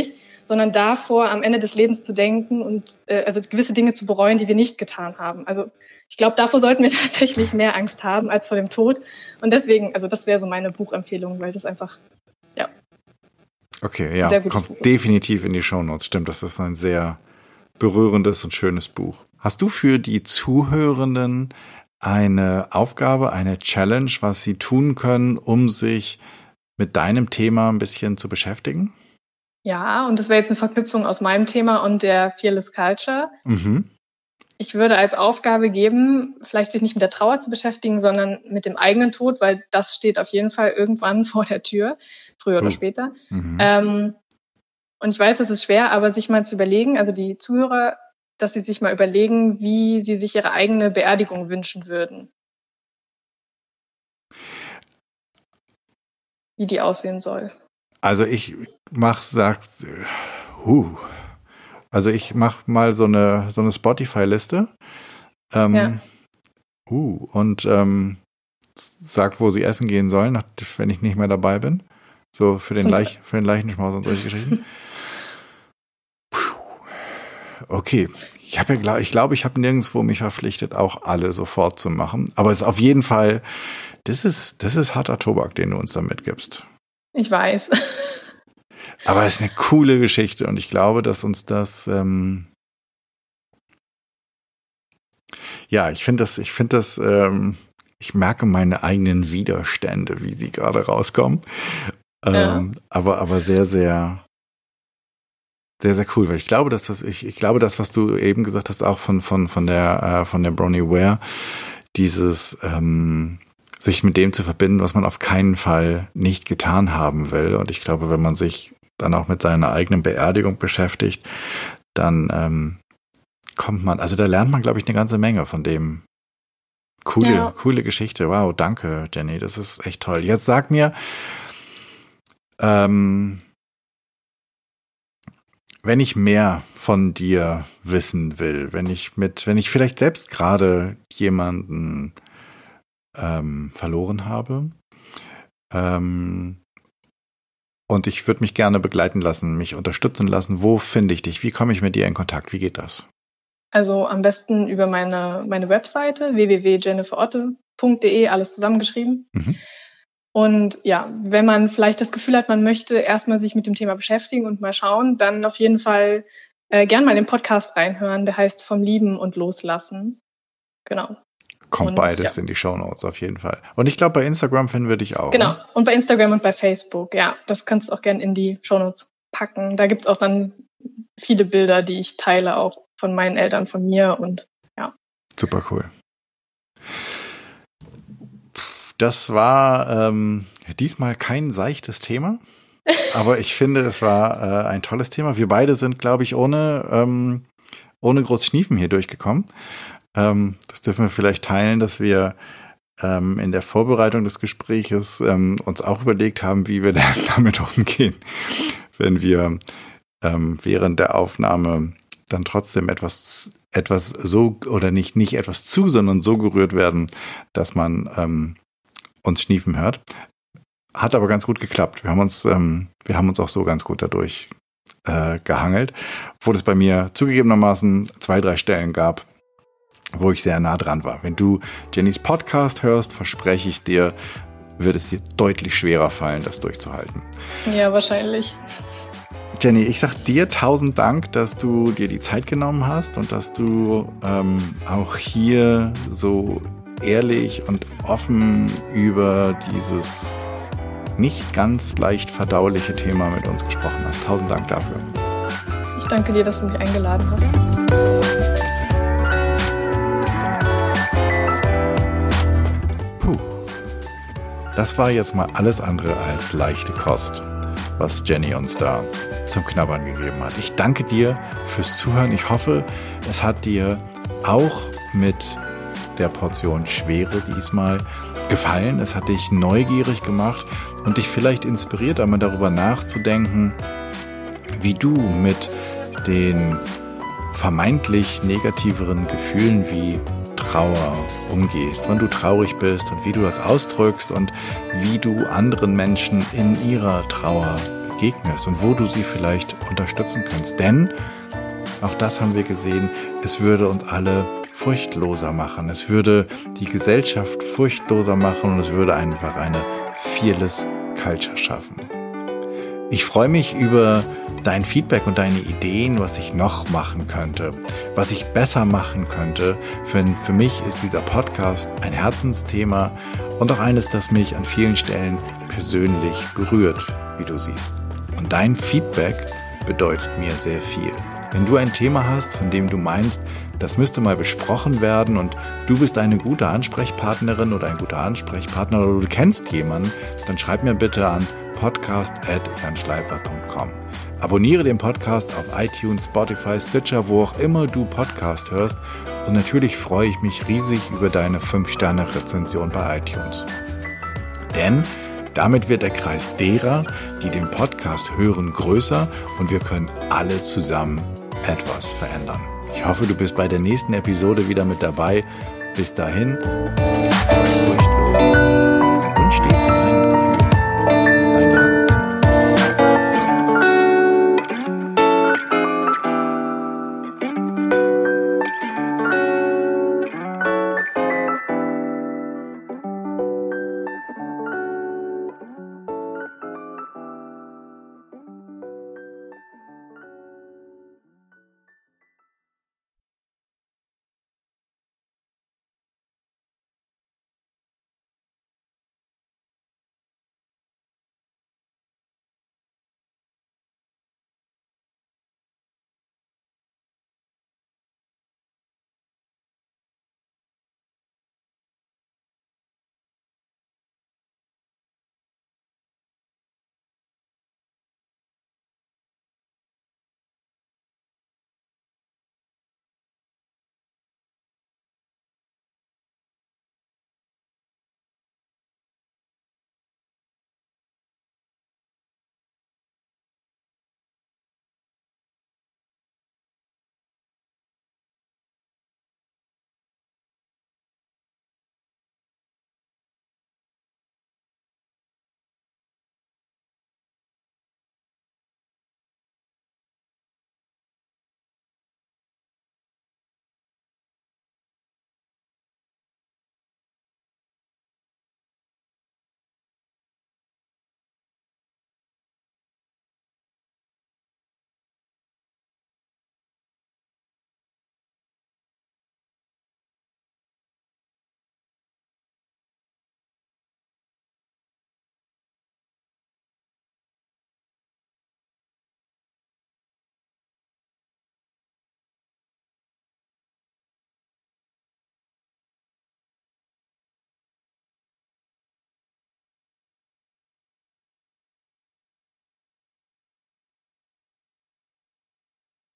sondern davor, am Ende des Lebens zu denken und äh, also gewisse Dinge zu bereuen, die wir nicht getan haben. Also ich glaube, davor sollten wir tatsächlich mehr Angst haben als vor dem Tod. Und deswegen, also das wäre so meine Buchempfehlung, weil das einfach, ja. Okay, ja, kommt Buch. definitiv in die Shownotes. Stimmt, das ist ein sehr berührendes und schönes Buch. Hast du für die Zuhörenden eine Aufgabe, eine Challenge, was sie tun können, um sich mit deinem Thema ein bisschen zu beschäftigen? Ja, und das wäre jetzt eine Verknüpfung aus meinem Thema und der Fearless Culture. Mhm. Ich würde als Aufgabe geben, vielleicht sich nicht mit der Trauer zu beschäftigen, sondern mit dem eigenen Tod, weil das steht auf jeden Fall irgendwann vor der Tür, früher oder uh. später. Mhm. Ähm, und ich weiß, das ist schwer, aber sich mal zu überlegen, also die Zuhörer, dass sie sich mal überlegen, wie sie sich ihre eigene Beerdigung wünschen würden. Wie die aussehen soll. Also ich mach, sagst, huh. Also ich mach mal so eine so eine Spotify-Liste. Ähm, ja. Uh, und ähm, sag, wo sie essen gehen sollen, wenn ich nicht mehr dabei bin. So für den, Leich, für den Leichenschmaus und solche Geschichten. Okay, ich habe ja, glaub, ich glaube, ich habe nirgendwo mich verpflichtet, auch alle sofort zu machen. Aber es ist auf jeden Fall, das ist, das ist harter Tobak, den du uns da mitgibst. Ich weiß. Aber es ist eine coole Geschichte und ich glaube, dass uns das, ähm ja, ich finde das, ich finde das, ähm ich merke meine eigenen Widerstände, wie sie gerade rauskommen. Ja. Ähm, aber, aber sehr, sehr, sehr, sehr cool, weil ich glaube, dass das, ich, ich glaube, das, was du eben gesagt hast, auch von, von, von der, äh, von der Bronnie Ware, dieses, ähm, sich mit dem zu verbinden, was man auf keinen Fall nicht getan haben will. Und ich glaube, wenn man sich dann auch mit seiner eigenen Beerdigung beschäftigt, dann ähm, kommt man, also da lernt man, glaube ich, eine ganze Menge von dem. Coole, ja. coole Geschichte. Wow, danke, Jenny. Das ist echt toll. Jetzt sag mir, ähm, wenn ich mehr von dir wissen will, wenn ich mit, wenn ich vielleicht selbst gerade jemanden ähm, verloren habe, ähm, und ich würde mich gerne begleiten lassen, mich unterstützen lassen, wo finde ich dich? Wie komme ich mit dir in Kontakt? Wie geht das? Also am besten über meine, meine Webseite w w w punkt jennifer otte punkt d e, alles zusammengeschrieben. Mhm. Und ja, wenn man vielleicht das Gefühl hat, man möchte erstmal sich mit dem Thema beschäftigen und mal schauen, dann auf jeden Fall äh, gern mal in den Podcast reinhören. Der heißt Vom Lieben und Loslassen. Genau. Kommt und, beides ja. in die Shownotes auf jeden Fall. Und ich glaube, bei Instagram finden wir dich auch. Genau. Ne? Und bei Instagram und bei Facebook. Ja, das kannst du auch gern in die Shownotes packen. Da gibt's auch dann viele Bilder, die ich teile, auch von meinen Eltern, von mir und ja. Super cool. Das war ähm, diesmal kein seichtes Thema, aber ich finde, es war äh, ein tolles Thema. Wir beide sind, glaube ich, ohne, ähm, ohne groß Schniefen hier durchgekommen. Ähm, das dürfen wir vielleicht teilen, dass wir ähm, in der Vorbereitung des Gespräches ähm, uns auch überlegt haben, wie wir damit umgehen, wenn wir ähm, während der Aufnahme dann trotzdem etwas etwas so oder nicht nicht etwas zu, sondern so gerührt werden, dass man ähm, uns schniefen hört. Hat aber ganz gut geklappt. Wir haben uns ähm, wir haben uns auch so ganz gut dadurch äh, gehangelt, obwohl es bei mir zugegebenermaßen zwei, drei Stellen gab, wo ich sehr nah dran war. Wenn du Jennys Podcast hörst, verspreche ich dir, wird es dir deutlich schwerer fallen, das durchzuhalten. Ja, wahrscheinlich. Jenny, ich sag dir tausend Dank, dass du dir die Zeit genommen hast und dass du ähm, auch hier so ehrlich und offen über dieses nicht ganz leicht verdauliche Thema mit uns gesprochen hast. Tausend Dank dafür. Ich danke dir, dass du mich eingeladen hast. Puh. Das war jetzt mal alles andere als leichte Kost, was Jenny uns da zum Knabbern gegeben hat. Ich danke dir fürs Zuhören. Ich hoffe, es hat dir auch mit der Portion Schwere diesmal gefallen. Es hat dich neugierig gemacht und dich vielleicht inspiriert, einmal darüber nachzudenken, wie du mit den vermeintlich negativeren Gefühlen wie Trauer umgehst, wann du traurig bist und wie du das ausdrückst und wie du anderen Menschen in ihrer Trauer begegnest und wo du sie vielleicht unterstützen könntest. Denn, auch das haben wir gesehen, es würde uns alle furchtloser machen. Es würde die Gesellschaft furchtloser machen und es würde einfach eine Fearless Culture schaffen. Ich freue mich über dein Feedback und deine Ideen, was ich noch machen könnte, was ich besser machen könnte. Für, für mich ist dieser Podcast ein Herzensthema und auch eines, das mich an vielen Stellen persönlich berührt, wie du siehst. Und dein Feedback bedeutet mir sehr viel. Wenn du ein Thema hast, von dem du meinst, das müsste mal besprochen werden und du bist eine gute Ansprechpartnerin oder ein guter Ansprechpartner oder du kennst jemanden, dann schreib mir bitte an podcast at jan schleifer punkt com. Abonniere den Podcast auf iTunes, Spotify, Stitcher, wo auch immer du Podcast hörst und natürlich freue ich mich riesig über deine fünf Sterne Rezension bei iTunes. Denn damit wird der Kreis derer, die den Podcast hören, größer und wir können alle zusammen etwas verändern. Ich hoffe, du bist bei der nächsten Episode wieder mit dabei. Bis dahin, furchtlos.